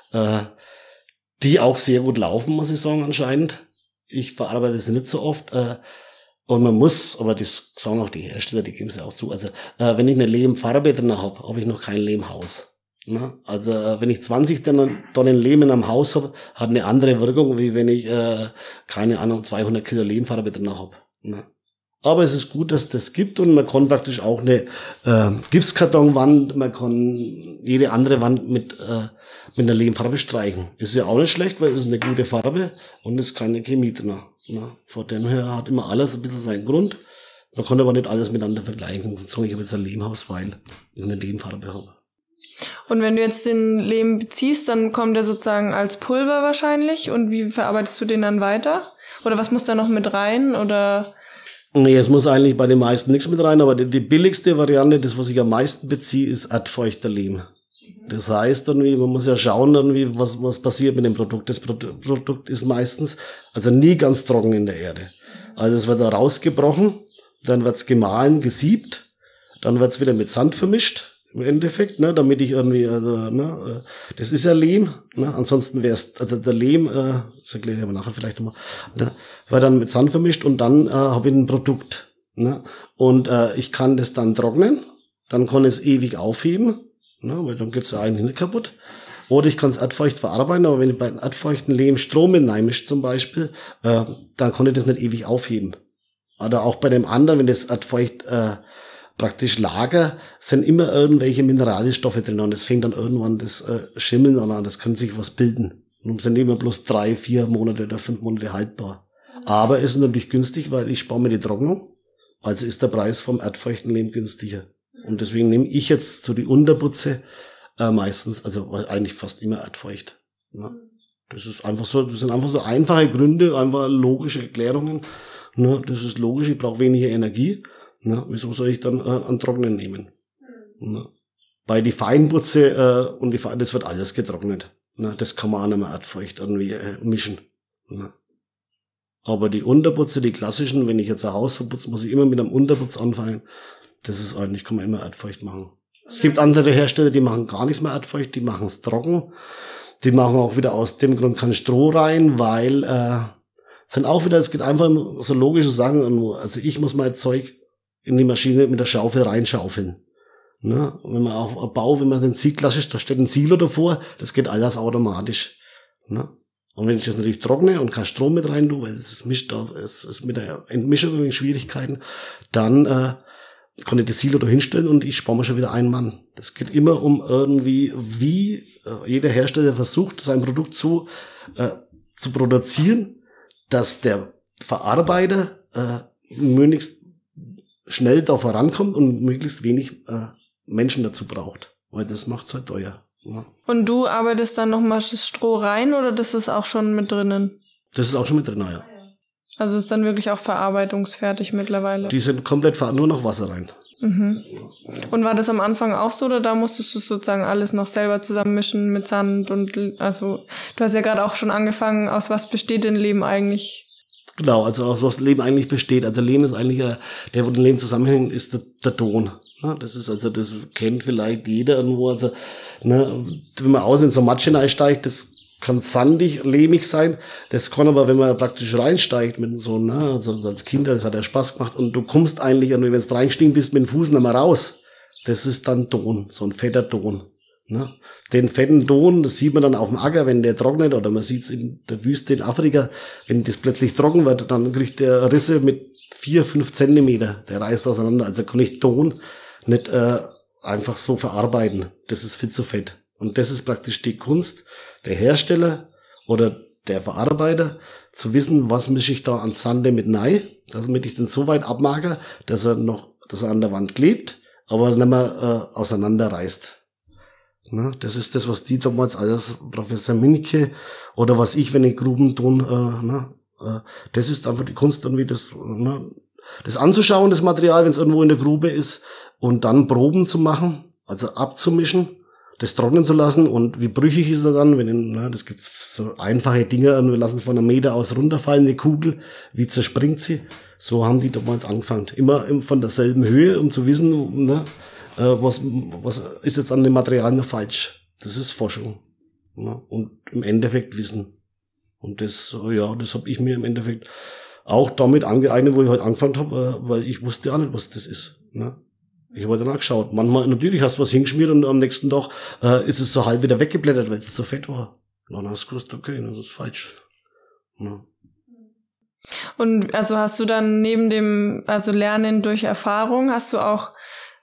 die auch sehr gut laufen, muss ich sagen, anscheinend. Ich verarbeite es nicht so oft. Und man muss, aber das sagen auch die Hersteller, die geben es ja auch zu. Also wenn ich eine Lehmfarbe drin habe ich noch kein Lehmhaus. Ne? Also wenn ich 20 Tonnen Lehm in einem Haus habe, hat eine andere Wirkung, wie wenn ich, keine Ahnung, 200 Kilo Lehmfarbe drin habe. Ne? Aber es ist gut, dass das gibt und man kann praktisch auch eine Gipskartonwand, man kann jede andere Wand mit einer Lehmfarbe streichen. Ist ja auch nicht schlecht, weil es ist eine gute Farbe und es ist keine Chemie drin. Ne? Von dem her hat immer alles ein bisschen seinen Grund. Man kann aber nicht alles miteinander vergleichen. So, ich habe jetzt ein Lehmhaus, weil ich eine Lehmfarbe habe. Und wenn du jetzt den Lehm beziehst, dann kommt der sozusagen als Pulver wahrscheinlich. Und wie verarbeitest du den dann weiter? Oder was muss da noch mit rein? Oder? Nee, es muss eigentlich bei den meisten nichts mit rein, aber die billigste Variante, das, was ich am meisten beziehe, ist erdfeuchter Lehm. Das heißt irgendwie, man muss ja schauen, irgendwie, was passiert mit dem Produkt. Das Produkt ist meistens, also nie ganz trocken in der Erde. Also es wird da rausgebrochen, dann wird's gemahlen, gesiebt, dann wird's wieder mit Sand vermischt. Im Endeffekt, ne, damit ich irgendwie, das ist ja Lehm, ne, ansonsten wär's, also der Lehm, das erkläre ich aber nachher vielleicht nochmal, ne, wird dann mit Sand vermischt und dann habe ich ein Produkt, ne, und ich kann das dann trocknen, dann kann ich es ewig aufheben, ne, weil dann geht's ja eigentlich nicht kaputt, oder ich kann es erdfeucht verarbeiten, aber wenn ich bei einem erdfeuchten Lehm Strom hineinmische zum Beispiel, dann kann ich das nicht ewig aufheben. Oder auch bei dem anderen, wenn das erdfeucht praktisch Lager, sind immer irgendwelche Mineralstoffe drin und es fängt dann irgendwann das Schimmeln an, das kann sich was bilden. Und sind immer bloß 3, 4 Monate oder 5 Monate haltbar. Aber es ist natürlich günstig, weil ich spare mir die Trocknung, also ist der Preis vom erdfeuchten Lehm günstiger. Und deswegen nehme ich jetzt so die Unterputze meistens, also eigentlich fast immer erdfeucht. Ja. Das sind einfach so einfache Gründe, einfach logische Erklärungen. Ne, das ist logisch, ich brauche weniger Energie. Na, wieso soll ich dann einen Trocknen nehmen? Na, bei die Feinputze das wird alles getrocknet. Na, das kann man auch nicht mehr erdfeucht irgendwie mischen. Na. Aber die Unterputze, die klassischen, wenn ich jetzt ein Haus verputze, muss ich immer mit einem Unterputz anfangen. Das ist eigentlich, kann man immer erdfeucht machen. Es gibt andere Hersteller, die machen gar nichts mehr erdfeucht, die machen es trocken. Die machen auch wieder aus dem Grund kein Stroh rein, weil sind auch wieder, es geht einfach um so logische Sachen. Also ich muss mein Zeug in die Maschine mit der Schaufel reinschaufeln. Ne? Wenn man auf einem Bau, wenn man den sieht, klassisch, da steht ein Silo davor, das geht alles automatisch. Ne? Und wenn ich das natürlich trockne und kein Strom mit rein tue, weil es ist mit der Entmischung irgendwie Schwierigkeiten, dann kann ich das Silo da hinstellen und ich spare mir schon wieder einen Mann. Das geht immer um irgendwie, wie jeder Hersteller versucht, sein Produkt so zu produzieren, dass der Verarbeiter möglichst schnell da vorankommt und möglichst wenig Menschen dazu braucht. Weil das macht's halt teuer. Ja. Und du arbeitest dann nochmal das Stroh rein oder das ist auch schon mit drinnen? Das ist auch schon mit drin, ja. Also ist dann wirklich auch verarbeitungsfertig mittlerweile? Die sind komplett nur noch Wasser rein. Mhm. Und war das am Anfang auch so oder da musstest du sozusagen alles noch selber zusammenmischen mit Sand und, also du hast ja gerade auch schon angefangen, aus was besteht denn Lehm eigentlich? Genau, also aus was Lehm eigentlich besteht. Also Lehm ist eigentlich, der, wo den Lehm zusammenhängt, ist der Ton. Ja, das ist also, das kennt vielleicht jeder irgendwo. Also, ne, wenn man außen in so Matsch einsteigt, das kann sandig, lehmig sein. Das kann aber, wenn man praktisch reinsteigt mit so, ne, also als Kind, das hat ja Spaß gemacht und du kommst eigentlich, wenn du reingestiegen bist, mit dem Fuß nicht mehr raus. Das ist dann Ton, so ein fetter Ton. Ne? Den fetten Ton, das sieht man dann auf dem Acker, wenn der trocknet, oder man sieht es in der Wüste in Afrika, wenn das plötzlich trocken wird, dann kriegt der Risse mit 4, 5 Zentimeter, der reißt auseinander. Also kann ich Ton nicht einfach so verarbeiten. Das ist viel zu fett. Und das ist praktisch die Kunst der Hersteller oder der Verarbeiter, zu wissen, was mische ich da an Sande mit rein, damit ich den so weit abmager, dass er an der Wand klebt, aber nicht mehr auseinanderreißt. Ne, das ist das, was die damals als Professor Minneke oder was ich, wenn ich Gruben tun, das ist einfach die Kunst, irgendwie das anzuschauen, das Material, wenn es irgendwo in der Grube ist, und dann Proben zu machen, also abzumischen, das trocknen zu lassen und wie brüchig ist er dann, das gibt so einfache Dinge, wir lassen von 1 Meter aus runterfallen, die Kugel, wie zerspringt sie? So haben die damals angefangen. Immer von derselben Höhe, um zu wissen, was ist jetzt an dem Material noch falsch. Das ist Forschung. Und im Endeffekt Wissen. Und das habe ich mir im Endeffekt auch damit angeeignet, wo ich heute angefangen habe, weil ich wusste auch nicht, was das ist. Ich habe dann auch geschaut. Manchmal, natürlich hast du was hingeschmiert und am nächsten Tag ist es so halb wieder weggeblättert, weil es zu fett war. Dann hast du gewusst, okay, das ist falsch. Ja. Und also hast du dann neben dem, also Lernen durch Erfahrung, hast du auch,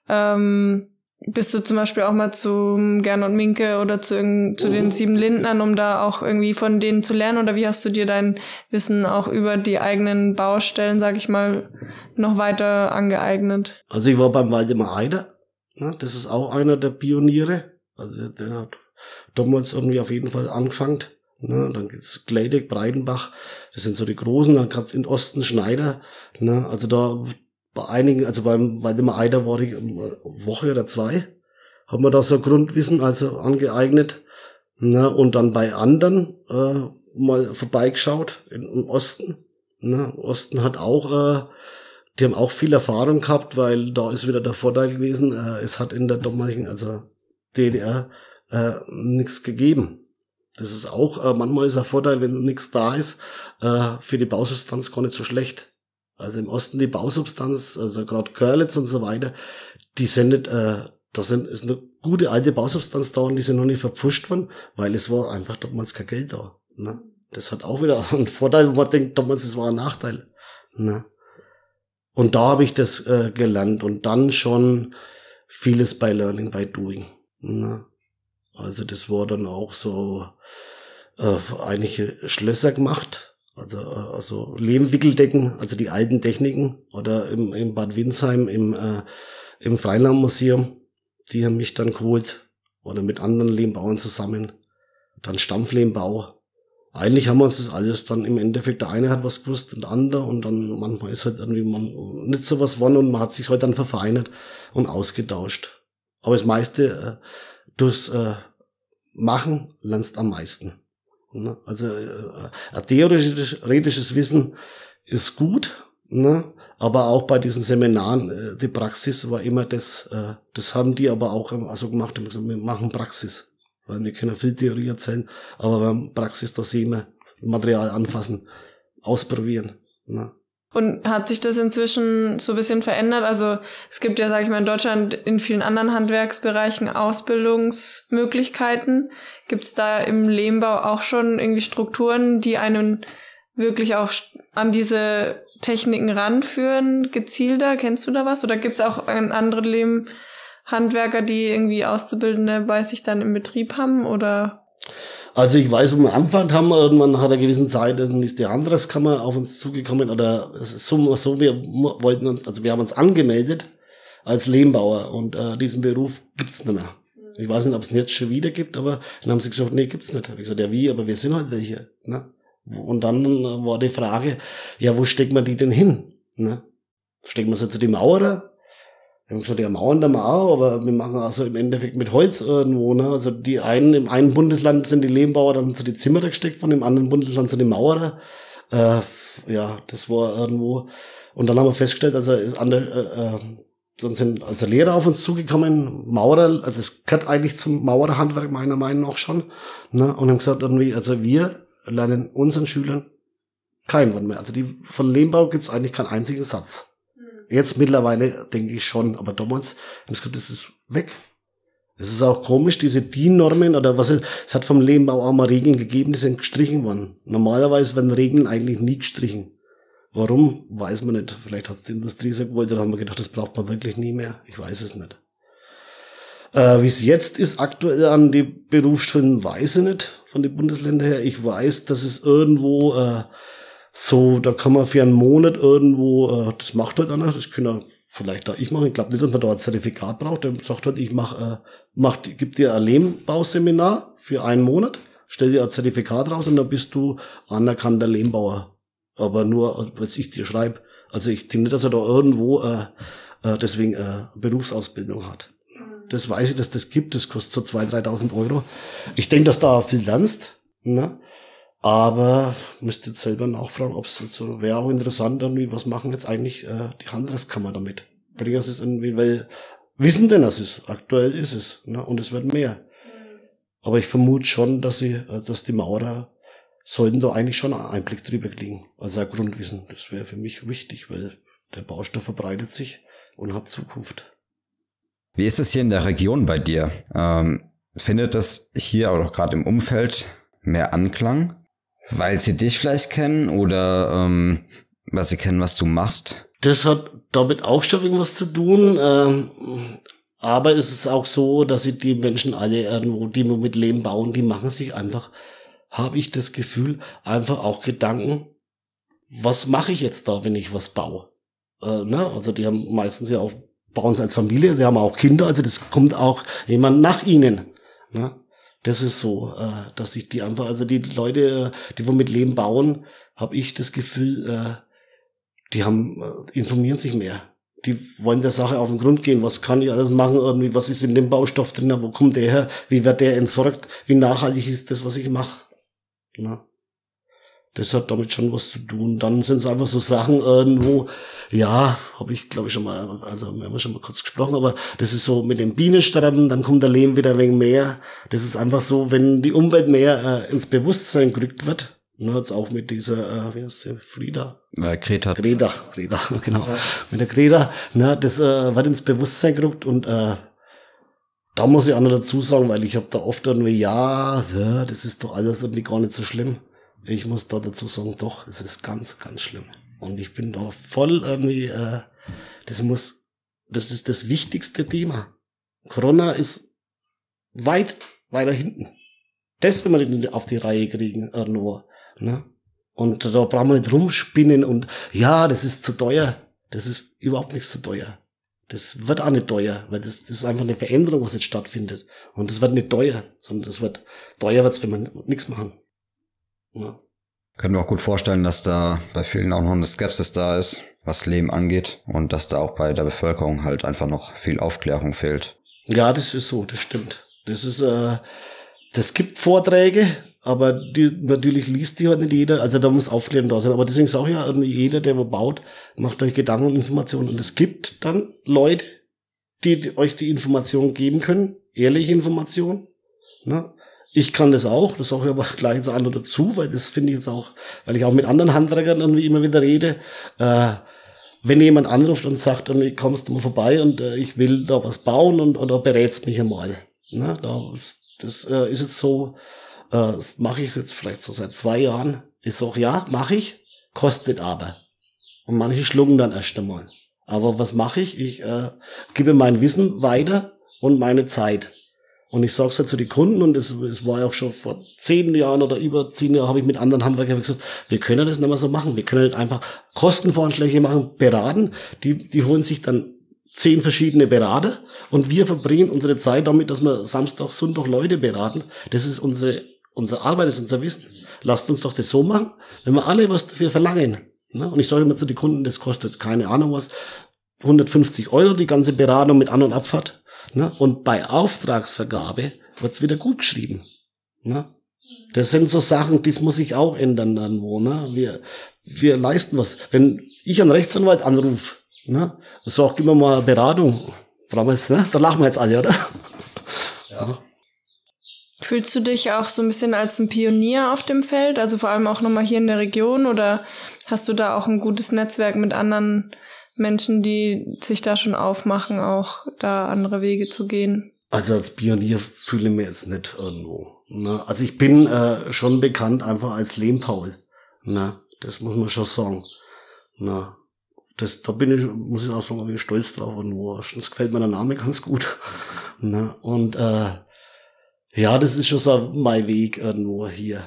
bist du zum Beispiel auch mal zu Gernot Minke oder zu den 7 Lindnern, um da auch irgendwie von denen zu lernen? Oder wie hast du dir dein Wissen auch über die eigenen Baustellen, sag ich mal, noch weiter angeeignet? Also ich war beim Waldemar Eider. Das ist auch einer der Pioniere. Also der hat damals irgendwie auf jeden Fall angefangen. Dann gibt's Gleideck, Breitenbach. Das sind so die Großen. Dann gab's in Osten Schneider. Also da bei einigen, also beim Waldemar Eider war ich eine Woche oder 2, haben wir da so Grundwissen also angeeignet. Und dann bei anderen mal vorbeigeschaut im Osten. Osten hat auch, die haben auch viel Erfahrung gehabt, weil da ist wieder der Vorteil gewesen, es hat in der damaligen, also DDR, nichts gegeben. Das ist auch, manchmal ist ein Vorteil, wenn nichts da ist, für die Bausubstanz gar nicht so schlecht. Also im Osten die Bausubstanz, also gerade Görlitz und so weiter, die sind nicht, ist eine gute alte Bausubstanz da und die sind noch nicht verpfuscht worden, weil es war einfach damals kein Geld da. Das hat auch wieder einen Vorteil, wo man denkt, damals es war ein Nachteil. Und da habe ich das gelernt und dann schon vieles bei Learning by Doing. Also das war dann auch so einige Schlösser gemacht. Also Lehmwickeldecken, also die alten Techniken, oder im Bad Windsheim, im Freilandmuseum, die haben mich dann geholt, oder mit anderen Lehmbauern zusammen, dann Stampflehmbau. Eigentlich haben wir uns das alles dann im Endeffekt, der eine hat was gewusst und der andere, und dann manchmal ist halt irgendwie man nicht so was geworden und man hat sich halt dann verfeinert und ausgetauscht. Aber das meiste durchs Machen lernst am meisten. Also ein theoretisches Wissen ist gut, aber auch bei diesen Seminaren, die Praxis war immer das haben die aber auch also gemacht, wir machen Praxis, weil wir können viel Theorie erzählen, aber beim Praxis, da sehen wir Material anfassen, ausprobieren. Und hat sich das inzwischen so ein bisschen verändert? Also es gibt ja, sage ich mal, in Deutschland in vielen anderen Handwerksbereichen Ausbildungsmöglichkeiten. Gibt es da im Lehmbau auch schon irgendwie Strukturen, die einen wirklich auch an diese Techniken ranführen, gezielter? Kennst du da was? Oder gibt es auch andere Lehmhandwerker, die irgendwie Auszubildende bei sich dann im Betrieb haben? Oder? Also ich weiß, wo wir angefangen haben, irgendwann nach einer gewissen Zeit, dann ist die Handwerkskammer auf uns zugekommen, oder so, wir wollten uns, also wir haben uns angemeldet als Lehmbauer, und diesen Beruf gibt's nicht mehr. Ich weiß nicht, ob es jetzt schon wieder gibt, aber dann haben sie gesagt, nee, gibt's nicht. Ich gesagt, ja wie, aber wir sind halt welche. Und dann war die Frage, ja, wo stecken wir die denn hin? Stecken wir sie zu die Maurer? Wir haben gesagt, ja, Mauern da mal auch, aber wir machen also im Endeffekt mit Holz irgendwo. Also im einen Bundesland sind die Lehmbauer dann zu die Zimmerer gesteckt worden, im anderen Bundesland zu die Maurer. Das war irgendwo. Und dann haben wir festgestellt, also dann sind also Lehrer auf uns zugekommen, Maurer, also es gehört eigentlich zum Maurerhandwerk meiner Meinung nach schon. Und haben gesagt, irgendwie, also wir lernen unseren Schülern kein Wort mehr. Also von Lehmbau gibt's eigentlich keinen einzigen Satz. Jetzt mittlerweile denke ich schon, aber damals haben sie gesagt, das ist weg. Es ist auch komisch, diese DIN-Normen oder es hat vom Lehmbau auch mal Regeln gegeben, die sind gestrichen worden. Normalerweise werden Regeln eigentlich nie gestrichen. Warum, weiß man nicht. Vielleicht hat es die Industrie so gewollt, oder haben wir gedacht, das braucht man wirklich nie mehr. Ich weiß es nicht. Wie es jetzt ist, aktuell an die Berufsschulen, weiß ich nicht, von den Bundesländern her. Ich weiß, dass es irgendwo so, da kann man für einen Monat irgendwo, das macht halt einer, das können ja vielleicht da ich machen. Ich glaube nicht, dass man da ein Zertifikat braucht. Der sagt halt, ich gib dir ein Lehmbauseminar für einen Monat, stell dir ein Zertifikat raus und dann bist du anerkannter Lehmbauer. Aber nur, was ich dir schreibe. Also ich denke nicht, dass er da irgendwo deswegen Berufsausbildung hat. Das weiß ich, dass das gibt. Das kostet so 2.000, 3.000 Euro. Ich denke, dass da viel lernst. Ne? Aber müsst jetzt selber nachfragen, ob es so wäre auch interessant irgendwie, was machen jetzt eigentlich die Handwerkskammer damit? Bringen sie es irgendwie, weil wissen denn, dass es aktuell ist es, ne? Und es wird mehr. Aber ich vermute schon, dass die Maurer sollten da eigentlich schon einen Einblick drüber kriegen. Also ein Grundwissen. Das wäre für mich wichtig, weil der Baustoff verbreitet sich und hat Zukunft. Wie ist es hier in der Region bei dir? Findet das hier oder auch gerade im Umfeld mehr Anklang? Weil sie dich vielleicht kennen oder weil sie kennen, was du machst? Das hat damit auch schon irgendwas zu tun. Aber es ist auch so, dass sie die Menschen alle irgendwo, die mit Lehm bauen, die machen sich einfach, habe ich das Gefühl, einfach auch Gedanken, was mache ich jetzt da, wenn ich was baue? Ne? Also die haben meistens ja auch, bauen sie als Familie, sie haben auch Kinder, also das kommt auch jemand nach ihnen. Ne? Das ist so, dass sich die einfach, also die Leute, die mit Lehm bauen, habe ich das Gefühl, die informieren sich mehr. Die wollen der Sache auf den Grund gehen. Was kann ich alles machen? Irgendwie, was ist in dem Baustoff drin? Wo kommt der her? Wie wird der entsorgt? Wie nachhaltig ist das, was ich mache? Ja. Das hat damit schon was zu tun. Dann sind es einfach so Sachen irgendwo, ja, habe ich glaube ich schon mal, also wir haben schon mal kurz gesprochen, aber das ist so mit dem Bienensterben, dann kommt der Lehm wieder ein wenig mehr. Das ist einfach so, wenn die Umwelt mehr ins Bewusstsein gerückt wird, ne, jetzt auch mit dieser, wie heißt sie, Greta, genau. Ja. Mit der Greta, ne, das wird ins Bewusstsein gerückt und da muss ich auch noch dazu sagen, weil ich habe da oft irgendwie, ja, das ist doch alles irgendwie gar nicht so schlimm. Ich muss da dazu sagen, doch, es ist ganz, ganz schlimm. Und ich bin da voll irgendwie, das ist das wichtigste Thema. Corona ist weit weiter hinten. Das will man nicht auf die Reihe kriegen irgendwo, ne? Und da brauchen wir nicht rumspinnen und, ja, das ist zu teuer. Das ist überhaupt nichts zu teuer. Das wird auch nicht teuer, weil das ist einfach eine Veränderung, was jetzt stattfindet. Und das wird nicht teuer, sondern das wird teuer wird's, wenn wir nichts machen. Ja. Können wir auch gut vorstellen, dass da bei vielen auch noch eine Skepsis da ist, was Lehm angeht und dass da auch bei der Bevölkerung halt einfach noch viel Aufklärung fehlt. Ja, das ist so, das stimmt. Das gibt Vorträge, aber natürlich liest die halt nicht jeder, also da muss Aufklärung da sein. Aber deswegen sage ich ja, irgendwie jeder, der baut, macht euch Gedanken und Informationen. Und es gibt dann Leute, die euch die Informationen geben können, ehrliche Informationen, ne? Ich kann das auch, das sage ich aber gleich zu anderen dazu, weil das finde ich jetzt auch, weil ich auch mit anderen Handwerkern irgendwie immer wieder rede, wenn jemand anruft und sagt, irgendwie kommst du mal vorbei und ich will da was bauen oder berätst mich einmal. Ne? Das ist jetzt so, das mache ich jetzt vielleicht so seit 2 Jahren. Ich sage, ja, mache ich, kostet aber. Und manche schlucken dann erst einmal. Aber was mache ich? Ich gebe mein Wissen weiter und meine Zeit. Und ich sage es halt zu den Kunden, und es war ja auch schon vor 10 Jahren oder über 10 Jahren, habe ich mit anderen Handwerkern gesagt, wir können das nicht mehr so machen. Wir können nicht einfach Kostenvorschläge machen, beraten. Die holen sich dann 10 verschiedene Berater und wir verbringen unsere Zeit damit, dass wir Samstag, Sonntag Leute beraten. Das ist unsere Arbeit, das ist unser Wissen. Lasst uns doch das so machen, wenn wir alle was dafür verlangen. Und ich sage immer zu den Kunden, das kostet keine Ahnung was, 150 € die ganze Beratung mit An- und Abfahrt. Und bei Auftragsvergabe wird's wieder gut geschrieben. Das sind so Sachen, das muss sich auch ändern dann wo. Wir leisten was. Wenn ich einen Rechtsanwalt anrufe, sag, gib mir mal eine Beratung. Da lachen wir jetzt alle, oder? Ja. Fühlst du dich auch so ein bisschen als ein Pionier auf dem Feld? Also vor allem auch nochmal hier in der Region? Oder hast du da auch ein gutes Netzwerk mit anderen Menschen, die sich da schon aufmachen, auch da andere Wege zu gehen? Also als Pionier fühle ich mich jetzt nicht irgendwo. Also ich bin schon bekannt einfach als Lehmpaul. Das muss man schon sagen. Da muss ich auch sagen, bin ich stolz drauf irgendwo. Erstens gefällt mir der Name ganz gut. Und ja, das ist schon so mein Weg irgendwo hier.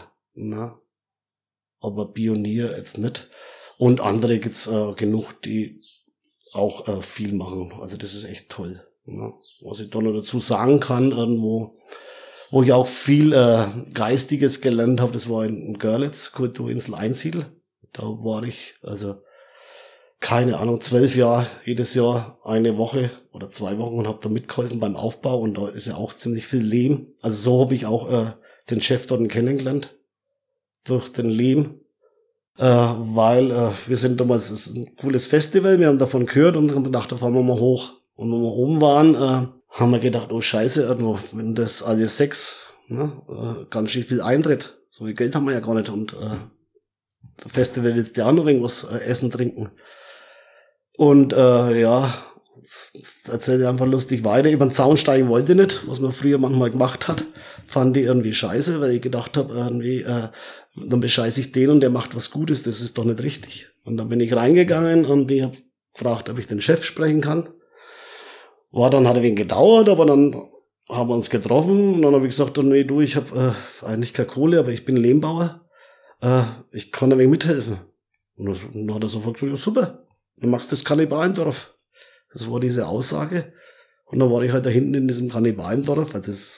Aber Pionier jetzt nicht. Und andere gibt's genug, die auch viel machen. Also das ist echt toll. Was ich da noch dazu sagen kann, irgendwo, wo ich auch viel Geistiges gelernt habe, das war in Görlitz, Kulturinsel Einsiedl. Da war ich, also keine Ahnung, 12 Jahre, jedes Jahr eine Woche oder 2 Wochen und habe da mitgeholfen beim Aufbau und da ist ja auch ziemlich viel Lehm. Also so habe ich auch den Chef dort kennengelernt, durch den Lehm, weil wir sind damals, es ist ein cooles Festival, wir haben davon gehört und haben gedacht, da fahren wir mal hoch. Und wenn wir oben waren, haben wir gedacht, oh Scheiße, wenn das alle 6, ne, ganz schön viel Eintritt, so viel Geld haben wir ja gar nicht und das Festival willst du ja auch noch irgendwas essen, trinken. Und erzählte einfach lustig weiter. Über den Zaun steigen wollte ich nicht, was man früher manchmal gemacht hat. Fand ich irgendwie scheiße, weil ich gedacht habe, dann bescheiße ich den und der macht was Gutes, das ist doch nicht richtig. Und dann bin ich reingegangen und ich habe gefragt, ob ich den Chef sprechen kann. Hat ein wenig gedauert, aber dann haben wir uns getroffen und dann habe ich gesagt, nee, du, ich habe eigentlich keine Kohle, aber ich bin Lehmbauer. Ich kann ein wenig mithelfen. Und dann hat er sofort gesagt, ja, super, du machst das Kannibalendorf. Das war diese Aussage. Und dann war ich halt da hinten in diesem Kannibalendorf,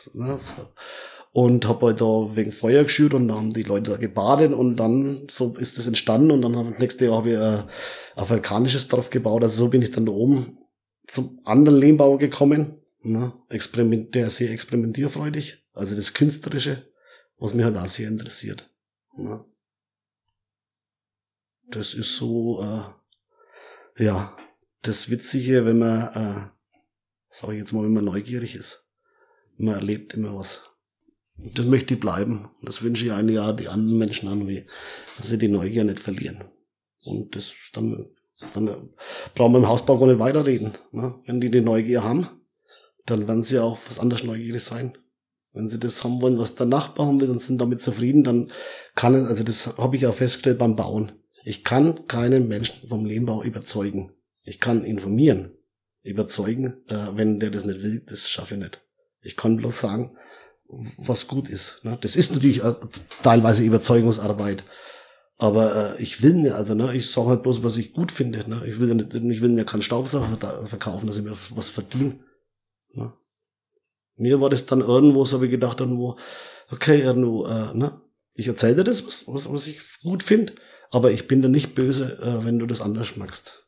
und habe halt da wegen Feuer geschürt und dann haben die Leute da gebadet und dann so ist das entstanden und dann das nächste Jahr habe ich ein afrikanisches Dorf gebaut. Also so bin ich dann da oben zum anderen Lehmbau gekommen. Ne? Der ist sehr experimentierfreudig, also das Künstlerische, was mich halt auch sehr interessiert. Ne? Das ist so, das Witzige, wenn man, sage ich jetzt mal, wenn man neugierig ist. Man erlebt immer was. Und das möchte ich bleiben. Und das wünsche ich eigentlich auch die anderen Menschen an, dass sie die Neugier nicht verlieren. Und das dann brauchen wir im Hausbau gar nicht weiterreden. Ne? Wenn die Neugier haben, dann werden sie auch was anderes neugierig sein. Wenn sie das haben wollen, was der Nachbar haben will und sind damit zufrieden, dann das habe ich auch festgestellt beim Bauen. Ich kann keinen Menschen vom Lehmbau überzeugen. Ich kann informieren, überzeugen, wenn der das nicht will, das schaffe ich nicht. Ich kann bloß sagen, was gut ist. Ne? Das ist natürlich teilweise Überzeugungsarbeit, aber ich will nicht, ich sage halt bloß, was ich gut finde. Ne? Ich will ja keinen Staubsauger verkaufen, dass ich mir was verdiene. Ne? Mir war das dann irgendwo, so habe ich gedacht, ich erzähle dir das, was ich gut finde, aber ich bin da nicht böse, wenn du das anders magst.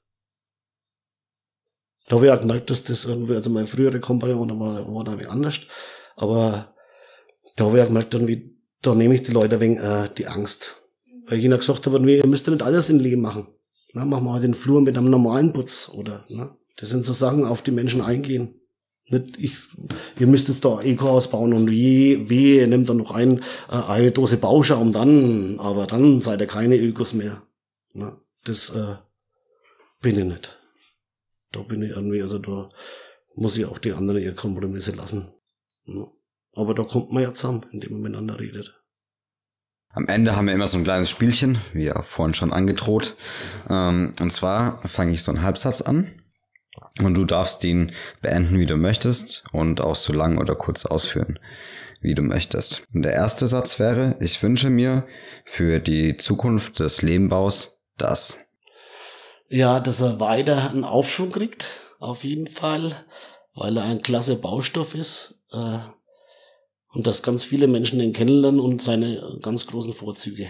Da habe ich auch gemerkt, dass das irgendwie, also meine frühere Kompagnon war da wie anders, aber da habe ich auch gemerkt, irgendwie, da nehme ich die Leute wegen die Angst. Weil ich ihnen gesagt habe, ihr müsst ja nicht alles in Lehm machen. Na, machen wir halt den Flur mit einem normalen Putz, oder, ne? Das sind so Sachen, auf die Menschen eingehen. Nicht ihr müsst jetzt da Eco-Haus bauen und ihr nehmt dann noch eine Dose Bauschaum aber dann seid ihr keine Ökos mehr. Ne? Das bin ich nicht. Da bin ich irgendwie, da muss ich auch die anderen ihre Kompromisse lassen. Ne? Aber da kommt man ja zusammen, indem man miteinander redet. Am Ende haben wir immer so ein kleines Spielchen, wie ja vorhin schon angedroht. Und zwar fange ich so einen Halbsatz an. Und du darfst ihn beenden, wie du möchtest und auch so lang oder kurz ausführen, wie du möchtest. Und der erste Satz wäre, ich wünsche mir für die Zukunft des Lehmbaus das. Ja, dass er weiter einen Aufschwung kriegt, auf jeden Fall, weil er ein klasse Baustoff ist und dass ganz viele Menschen ihn kennenlernen und seine ganz großen Vorzüge.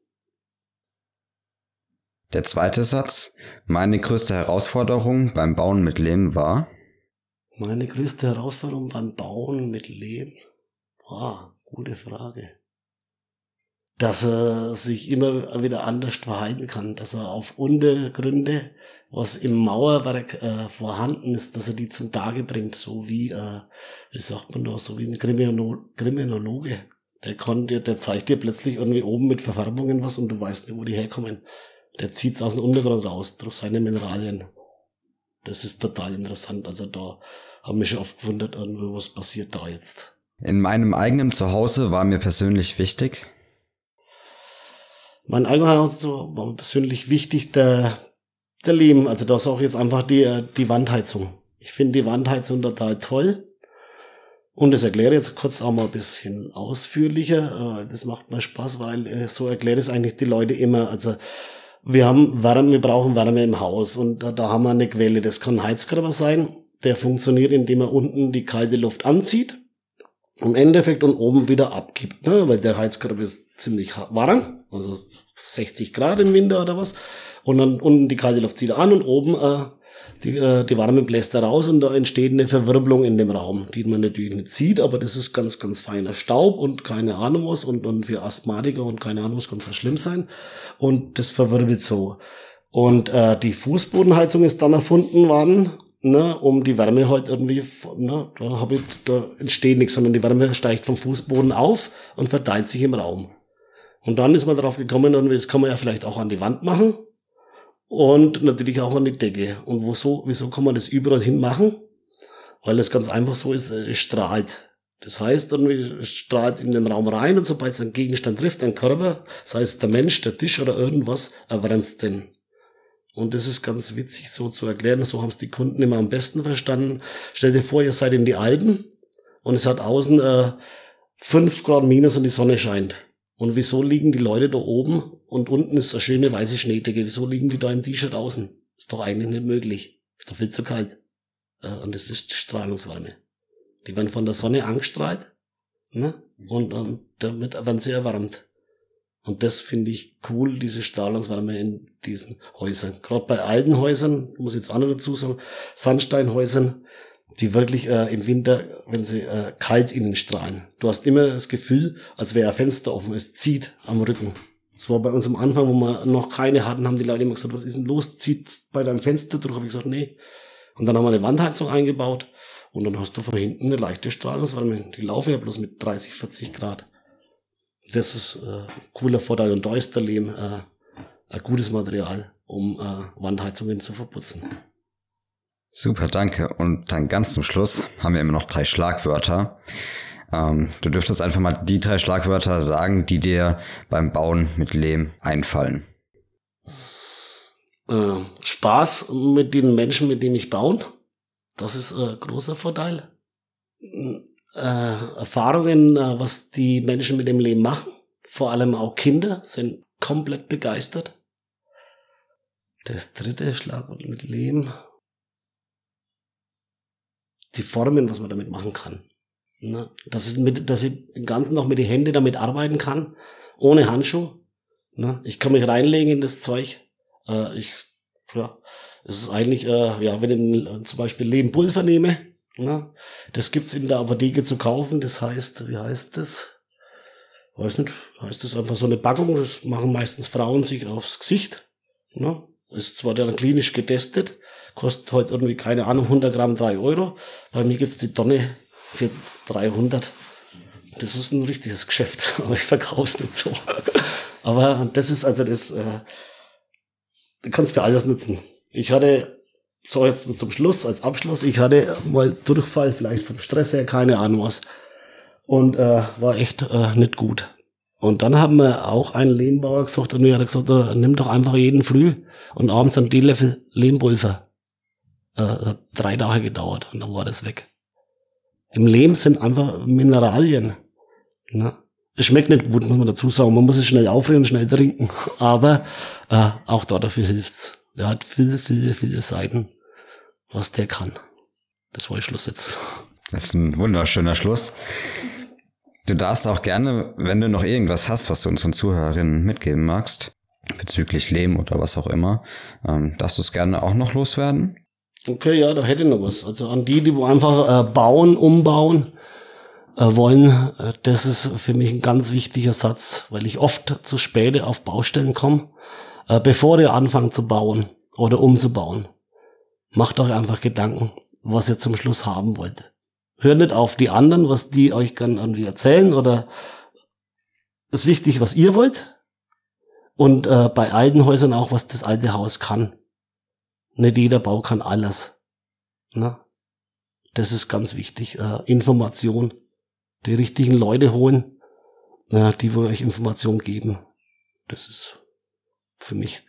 Der zweite Satz, meine größte Herausforderung beim Bauen mit Lehm war? Meine größte Herausforderung beim Bauen mit Lehm? Gute Frage. Dass er sich immer wieder anders verhalten kann, dass er auf Untergründe, was im Mauerwerk vorhanden ist, dass er die zum Tage bringt, so wie, so wie ein Kriminologe. Der zeigt dir plötzlich irgendwie oben mit Verfärbungen was und du weißt nicht, wo die herkommen. Der zieht's aus dem Untergrund raus, durch seine Mineralien. Das ist total interessant. Also da haben mich schon oft gewundert, was passiert da jetzt. In meinem eigenen Zuhause war mir persönlich wichtig. Mein eigener Zuhause war mir persönlich wichtig, der Lehm. Also da ist auch jetzt einfach die Wandheizung. Ich finde die Wandheizung total toll. Und das erkläre ich jetzt kurz auch mal ein bisschen ausführlicher. Das macht mir Spaß, weil so erklärt es eigentlich die Leute immer. Also wir brauchen Wärme im Haus und da haben wir eine Quelle. Das kann ein Heizkörper sein, der funktioniert, indem er unten die kalte Luft anzieht, im Endeffekt und oben wieder abgibt, ne? Weil der Heizkörper ist ziemlich warm, also 60 Grad im Winter oder was. Und dann unten die kalte Luft zieht an und oben die Wärme bläst da raus und da entsteht eine Verwirbelung in dem Raum, die man natürlich nicht sieht, aber das ist ganz, ganz feiner Staub und keine Ahnung was und für Asthmatiker und keine Ahnung was kann das schlimm sein und das verwirbelt so. Und die Fußbodenheizung ist dann erfunden worden, ne, um die Wärme halt irgendwie, ne, da entsteht nichts, sondern die Wärme steigt vom Fußboden auf und verteilt sich im Raum. Und dann ist man darauf gekommen, das kann man ja vielleicht auch an die Wand machen. Und natürlich auch an die Decke. Und wieso kann man das überall hin machen? Weil es ganz einfach so ist, es strahlt. Das heißt, es strahlt in den Raum rein und sobald es einen Gegenstand trifft, einen Körper, sei es der Mensch, der Tisch oder irgendwas, erwärmt es den. Und das ist ganz witzig so zu erklären. So haben es die Kunden immer am besten verstanden. Stell dir vor, ihr seid in die Alpen und es hat außen 5 Grad minus und die Sonne scheint. Und wieso liegen die Leute da oben und unten ist eine schöne weiße Schneedecke? Wieso liegen die da im T-Shirt außen? Ist doch eigentlich nicht möglich. Ist doch viel zu kalt. Und das ist die Strahlungswärme. Die werden von der Sonne angestrahlt, ne? Und damit werden sie erwärmt. Und das finde ich cool, diese Strahlungswärme in diesen Häusern. Gerade bei alten Häusern, muss ich jetzt auch noch dazu sagen, Sandsteinhäusern, die wirklich im Winter, wenn sie kalt innen strahlen. Du hast immer das Gefühl, als wäre ein Fenster offen, es zieht am Rücken. Das war bei uns am Anfang, wo wir noch keine hatten, haben die Leute immer gesagt, was ist denn los, zieht bei deinem Fenster durch? Habe ich gesagt, nee. Und dann haben wir eine Wandheizung eingebaut und dann hast du von hinten eine leichte Strahlungswärme. Die laufen ja bloß mit 30, 40 Grad. Das ist ein cooler Vorteil und da ist der Lehm ein gutes Material, um Wandheizungen zu verputzen. Super, danke. Und dann ganz zum Schluss haben wir immer noch 3 Schlagwörter. Du dürftest einfach mal die 3 Schlagwörter sagen, die dir beim Bauen mit Lehm einfallen. Spaß mit den Menschen, mit denen ich baue. Das ist ein großer Vorteil. Erfahrungen, was die Menschen mit dem Lehm machen. Vor allem auch Kinder sind komplett begeistert. Das 3. Schlagwort mit Lehm. Die Formen, was man damit machen kann. Ne? Dass ich den ganzen Tag mit den Händen damit arbeiten kann, ohne Handschuh. Ne? Ich kann mich reinlegen in das Zeug. Es ist eigentlich, wenn ich zum Beispiel Lehmpulver nehme, ne? Das gibt's in der Apotheke zu kaufen. Das heißt, wie heißt das? Weiß nicht, heißt das einfach so eine Packung. Das machen meistens Frauen sich aufs Gesicht. Ne? Ist zwar dann klinisch getestet, kostet heute irgendwie, keine Ahnung, 100 Gramm 3 Euro. Bei mir gibt's die Tonne für 300. Das ist ein richtiges Geschäft, aber ich verkaufe es nicht so. Aber das ist also das, du kannst für alles nutzen. Ich hatte, so jetzt zum Schluss, als Abschluss, ich hatte mal Durchfall, vielleicht vom Stress her, keine Ahnung was. Und war echt nicht gut. Und dann haben wir auch einen Lehmbauer gesagt, und mir hat er gesagt, nimm doch einfach jeden Früh und abends einen Teelöffel Lehmpulver. Hat 3 Tage gedauert und dann war das weg. Im Lehm sind einfach Mineralien. Ne? Es schmeckt nicht gut, muss man dazu sagen. Man muss es schnell aufrühren, schnell trinken. Aber auch dafür hilft's. Der hat viele Seiten, was der kann. Das war der Schluss jetzt. Das ist ein wunderschöner Schluss. Du darfst auch gerne, wenn du noch irgendwas hast, was du unseren Zuhörerinnen mitgeben magst, bezüglich Lehm oder was auch immer, darfst du es gerne auch noch loswerden? Okay, ja, da hätte ich noch was. Also an die wo einfach bauen, umbauen wollen, das ist für mich ein ganz wichtiger Satz, weil ich oft zu spät auf Baustellen komme, bevor ihr anfangt zu bauen oder umzubauen. Macht euch einfach Gedanken, was ihr zum Schluss haben wollt. Hört nicht auf die anderen, was die euch dann irgendwie erzählen, oder ist wichtig, was ihr wollt. Und bei alten Häusern auch, was das alte Haus kann. Nicht jeder Bau kann alles. Ne? Das ist ganz wichtig. Information. Die richtigen Leute holen, die euch Information geben. Das ist für mich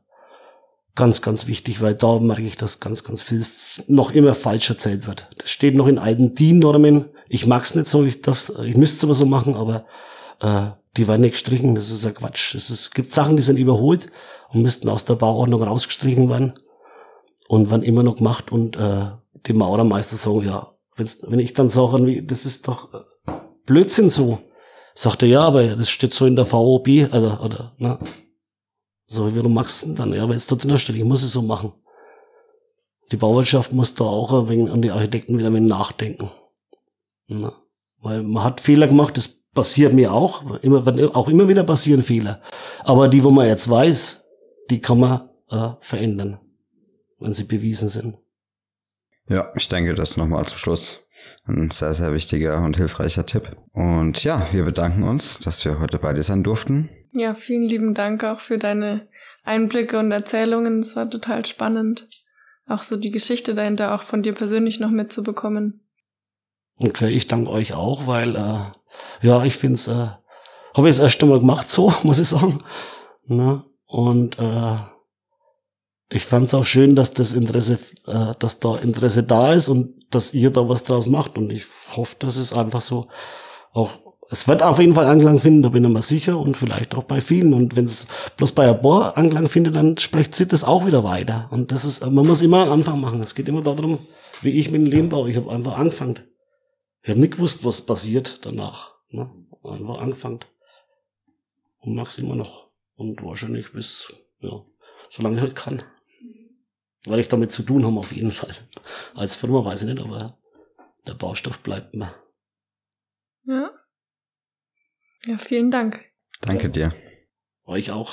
ganz, ganz wichtig, weil da merke ich, dass ganz, ganz viel noch immer falsch erzählt wird. Das steht noch in alten DIN-Normen. Ich mag's nicht so, ich müsste es aber so machen, aber die werden nicht gestrichen. Das ist ja Quatsch. Es gibt Sachen, die sind überholt und müssten aus der Bauordnung rausgestrichen werden und werden immer noch gemacht. Und die Maurermeister sagen, ja, wenn ich dann sage, das ist doch Blödsinn so, sagt er, ja, aber das steht so in der VOB, oder ne? So, warum machst du denn dann? Ja, weil es dort drin steht, ich muss es so machen. Die Bauwirtschaft muss da auch ein wenig an die Architekten wieder ein wenig nachdenken. Na, weil man hat Fehler gemacht, das passiert mir auch. Auch immer wieder passieren Fehler. Aber die, wo man jetzt weiß, die kann man verändern, wenn sie bewiesen sind. Ja, ich denke, das nochmal zum Schluss ein sehr, sehr wichtiger und hilfreicher Tipp. Und ja, wir bedanken uns, dass wir heute bei dir sein durften. Ja, vielen lieben Dank auch für deine Einblicke und Erzählungen. Es war total spannend, auch so die Geschichte dahinter auch von dir persönlich noch mitzubekommen. Okay, ich danke euch auch, weil ich finde es, habe ich das erste Mal gemacht, so, muss ich sagen. Na, und ich fand es auch schön, dass dass da Interesse da ist und dass ihr da was draus macht. Und ich hoffe, dass es einfach so auch, es wird auf jeden Fall Anklang finden, da bin ich mir sicher, und vielleicht auch bei vielen. Und wenn es bloß bei ein paar Anklang findet, dann spricht sich das auch wieder weiter. Und das ist, man muss immer am Anfang machen. Es geht immer darum, wie ich mit dem Lehmbau. Ich habe einfach angefangen. Ich habe nicht gewusst, was passiert danach. Ne? Einfach angefangen. Und mach's immer noch. Und wahrscheinlich bis, solange ich halt kann. Weil ich damit zu tun habe, auf jeden Fall. Als Firma weiß ich nicht, aber der Baustoff bleibt mir. Ja. Ja, vielen Dank. Danke dir. Euch auch.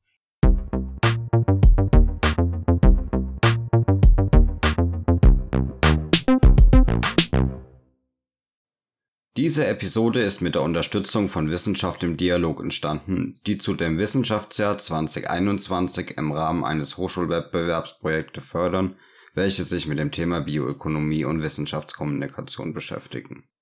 Diese Episode ist mit der Unterstützung von Wissenschaft im Dialog entstanden, die zu dem Wissenschaftsjahr 2021 im Rahmen eines Hochschulwettbewerbs Projekte fördern, welche sich mit dem Thema Bioökonomie und Wissenschaftskommunikation beschäftigen.